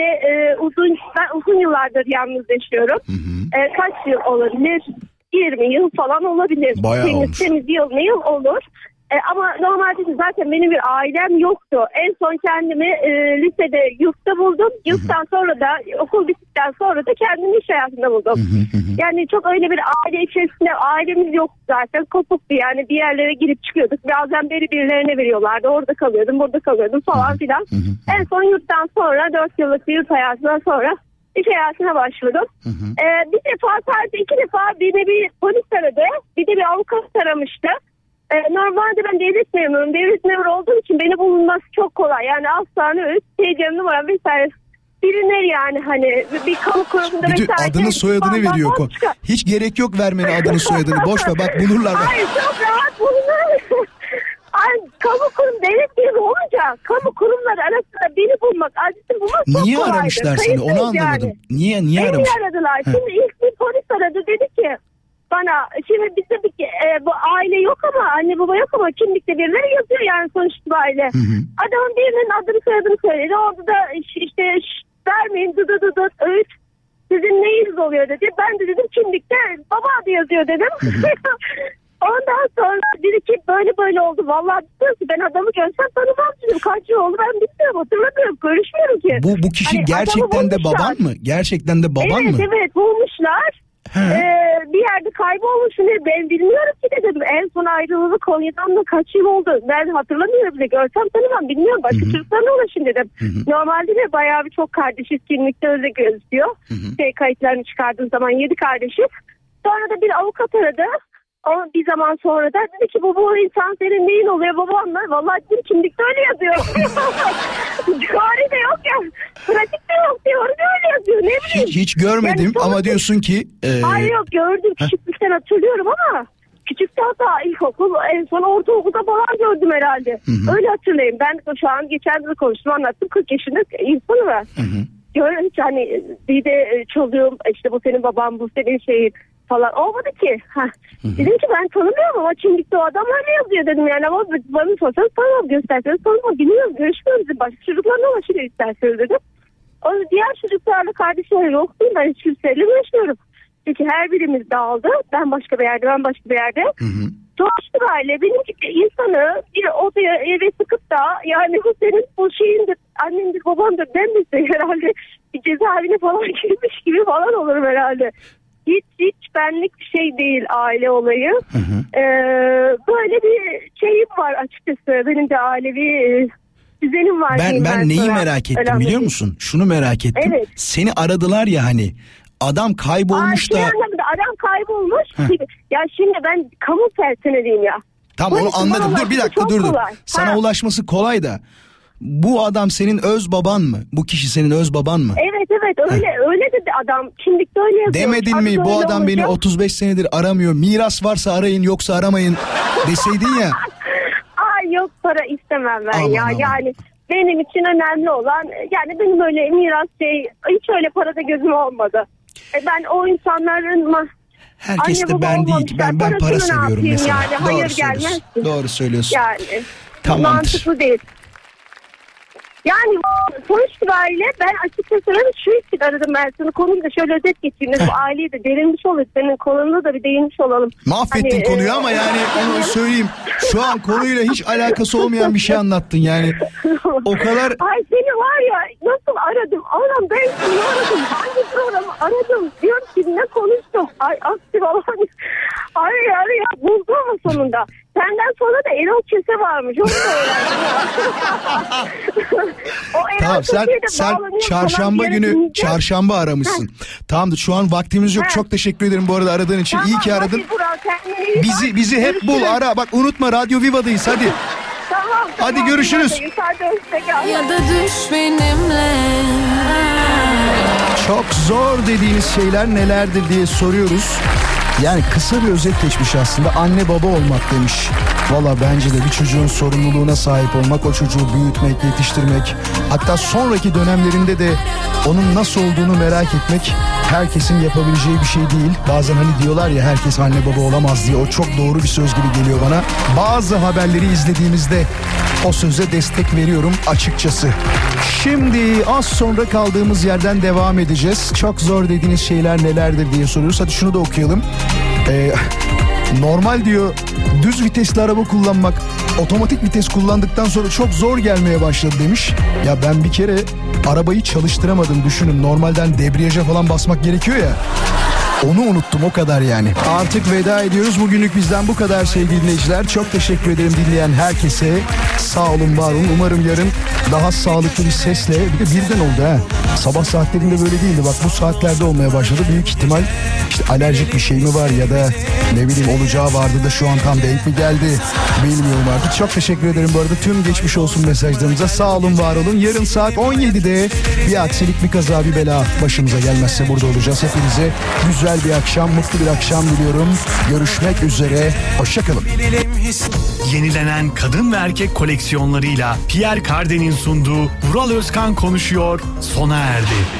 ben uzun yıllardır yalnız yaşıyorum. Kaç yıl olabilir? 20 yıl falan olabilir. Bayağı olmuş. Temiz yıl olur. Ama normalde zaten benim bir ailem yoktu. En son kendimi lisede yurtta buldum. Yurttan sonra da okul bittikten sonra da kendimi iş hayatında buldum. Yani çok öyle bir aile içerisinde ailemiz yoktu zaten. Kopuktu yani bir yerlere girip çıkıyorduk. Bazen birilerine veriyorlardı. Orada kalıyordum, burada kalıyordum falan filan. En son yurttan sonra 4 yıllık bir yurt hayatından sonra iş hayatına başladım. Bir defa sadece 2 defa beni bir polis aradı. Bir de bir avukat aramıştı. Normalde ben devlet memuruyum. Devlet memuru olduğum için beni bulunması çok kolay. Yani hastane, TC numara vesaire. Bilinir yani hani bir kamu kurumunda vesaire. Adını soyadını veriyor. Hiç gerek yok vermene adını soyadını. Boş ver bak bulurlar. Hayır çok rahat bulunur. Kamu kurum devlet memuru olunca kamu kurumları arasında beni bulmak, adresi bulmak çok kolaydı. Niye aramışlar seni? Onu anlamadım. Yani. Niye aramışlar? Beni aradılar. Şimdi ilk bir polis aradı dedi ki bana şimdi bizde bu aile yok ama anne baba yok ama kimlikte birileri yazıyor yani sonuç itibariyle. Adamın birinin adını soyadını söyledi. Orada da işte vermeyin öğüt sizin neyiniz oluyor dedi. Ben de dedim kimlikte baba adı yazıyor dedim. Ondan sonra dedi ki böyle oldu. Vallahi diyorsun ben adamı görsem tanımam dedim. Kaç yıl oldu ben bilmiyorum hatırlamıyorum. Görüşmüyorum ki. Bu kişi hani gerçekten de baban mı? Gerçekten de baban mı? Evet bulmuşlar. Bir yerde kaybolmuş. Ben bilmiyorum ki dedim. En son ayrılığı Konya'dan da kaç yıl oldu. Ben hatırlamıyorum bile. Görsem tanımam bilmiyorum. Başka çocuklarına ulaşın dedim. Normalde de bayağı bir çok kardeşiz. Kimlikte öyle gözüküyor. Kayıtlarını çıkardığım zaman 7 kardeşiz. Sonra da bir avukat aradı. Ama bir zaman sonra da dedi ki bu insan senin neyin oluyor babanla? Vallahi dedim kimlikte öyle yazıyor. Tarih de yok ya. Pratik de yok diyor. Öyle yazıyor. Ne bileyim. Hiç görmedim yani ama diyorsun ki. Hayır yok gördüm. Küçüklükten hatırlıyorum ama. Küçükte hatta ilkokul en son ortaokulda falan gördüm herhalde. Öyle hatırlayayım. Ben şu an geçen yıl konuştum anlattım. 40 yaşında insanı var. Hiç hani bir de çocuğum işte bu senin baban bu senin şeyin falan olmadı ki. Dedim ki ben tanımıyorum ama kimlikte o adam öyle yazıyor dedim yani ama bana sorsanız tanımam gösterseniz tanımam bilmiyorum görüşmüyoruz başka çocuklarla ulaşıyor isterseniz dedim. O diğer çocuklarla kardeşler yoktu ben hiç kimseyle görüşmüyorum. Çünkü her birimiz dağıldı ben başka bir yerde. Sonuç itibariyle benim gibi insanı bir odaya eve sıkıp da yani bu senin bu şeyindir annemdir babamdır denmesi herhalde bir cezaevine falan girmiş gibi falan olurum herhalde. Hiç benlik bir şey değil aile olayı. Böyle bir şeyim var açıkçası. Benim de ailevi düzenim var. Ben neyi merak ettim biliyor musun? Şunu merak ettim. Evet. Seni aradılar ya hani. Adam kaybolmuş da. Adam kaybolmuş. Ya şimdi ben kamu personeliyim ya. Tamam onu anladım. Dur bir dakika dur. Sana ulaşması kolay da. Bu adam senin öz baban mı? Bu kişi senin öz baban mı? Evet öyle dedi adam. Kimlikte öyle yazıyor. Demedin mi bu adam beni 35 senedir aramıyor. Miras varsa arayın yoksa aramayın deseydin ya. Ay yok para istemem ben ya. Yani benim için önemli olan yani benim öyle miras hiç öyle parada gözüm olmadı. Ben o insanların herkes de ben değil ki. Ben para seviyorum mesela. Yani, hayır gelmez. Doğru söylüyorsun. Yani Tamamdır. Mantıklı değil. Yani sonuç itibariyle ben açıkçası şu için aradım ben sana, konuyu da şöyle özet geçeyim. Bu aileyi de derinmiş olur. Senin konuna da bir değinmiş olalım. Mahvettin konuyu ama yani onu söyleyeyim. Şu an konuyla hiç alakası olmayan bir şey anlattın yani. O kadar... Ay seni var ya nasıl aradım? Anam ben seni aradım. Hangi programı aradım? Diyorum ki ne konuştum? Ay aksi falan. Ay ya buldu ama sonunda. Senden sonra da Erol Kese varmış. Onu da öğrendim. Tamam sen çarşamba aramışsın. Tamamdır, şu an vaktimiz yok. Çok teşekkür ederim bu arada aradığın için. Tamam, İyi ki aradın. Bizi hep bul, ara. Bak unutma, Radyo Viva'dayız hadi. Tamam. Hadi görüşürüz. Ya da düş benimle. Çok zor dediğiniz şeyler nelerdir diye soruyoruz. Yani kısa bir özet geçmiş aslında. Anne baba olmak demiş. Valla bence de bir çocuğun sorumluluğuna sahip olmak, o çocuğu büyütmek, yetiştirmek, hatta sonraki dönemlerinde de onun nasıl olduğunu merak etmek herkesin yapabileceği bir şey değil. Bazen hani diyorlar ya herkes anne baba olamaz diye, o çok doğru bir söz gibi geliyor bana. Bazı haberleri izlediğimizde o söze destek veriyorum açıkçası. Şimdi az sonra kaldığımız yerden devam edeceğiz. Çok zor dediğiniz şeyler nelerdir diye soruyoruz. Hadi şunu da okuyalım. Normal diyor düz vitesli araba kullanmak otomatik vites kullandıktan sonra çok zor gelmeye başladı demiş. Ya ben bir kere arabayı çalıştıramadım, düşünün. Normalden debriyaja falan basmak gerekiyor ya. Onu unuttum, o kadar yani. Artık veda ediyoruz. Bugünlük bizden bu kadar sevgili dinleyiciler. Çok teşekkür ederim dinleyen herkese. Sağ olun, var olun. Umarım yarın daha sağlıklı bir sesle, bir de birden oldu ha. Sabah saatlerinde böyle değildi. Bak bu saatlerde olmaya başladı. Büyük ihtimal işte alerjik bir şey mi var ya da ne bileyim olacağı vardı da şu an tam denk mi geldi bilmiyorum artık. Çok teşekkür ederim bu arada tüm geçmiş olsun mesajlarınıza. Sağ olun, var olun. Yarın saat 17'de bir aksilik, bir kaza, bir bela başımıza gelmezse burada olacağız. Hepinize güzel bir akşam, mutlu bir akşam diliyorum. Görüşmek üzere. Hoşçakalın. Yenilenen kadın ve erkek koleksiyonlarıyla Pierre Cardin'in sunduğu Vural Özkan konuşuyor sona erdi.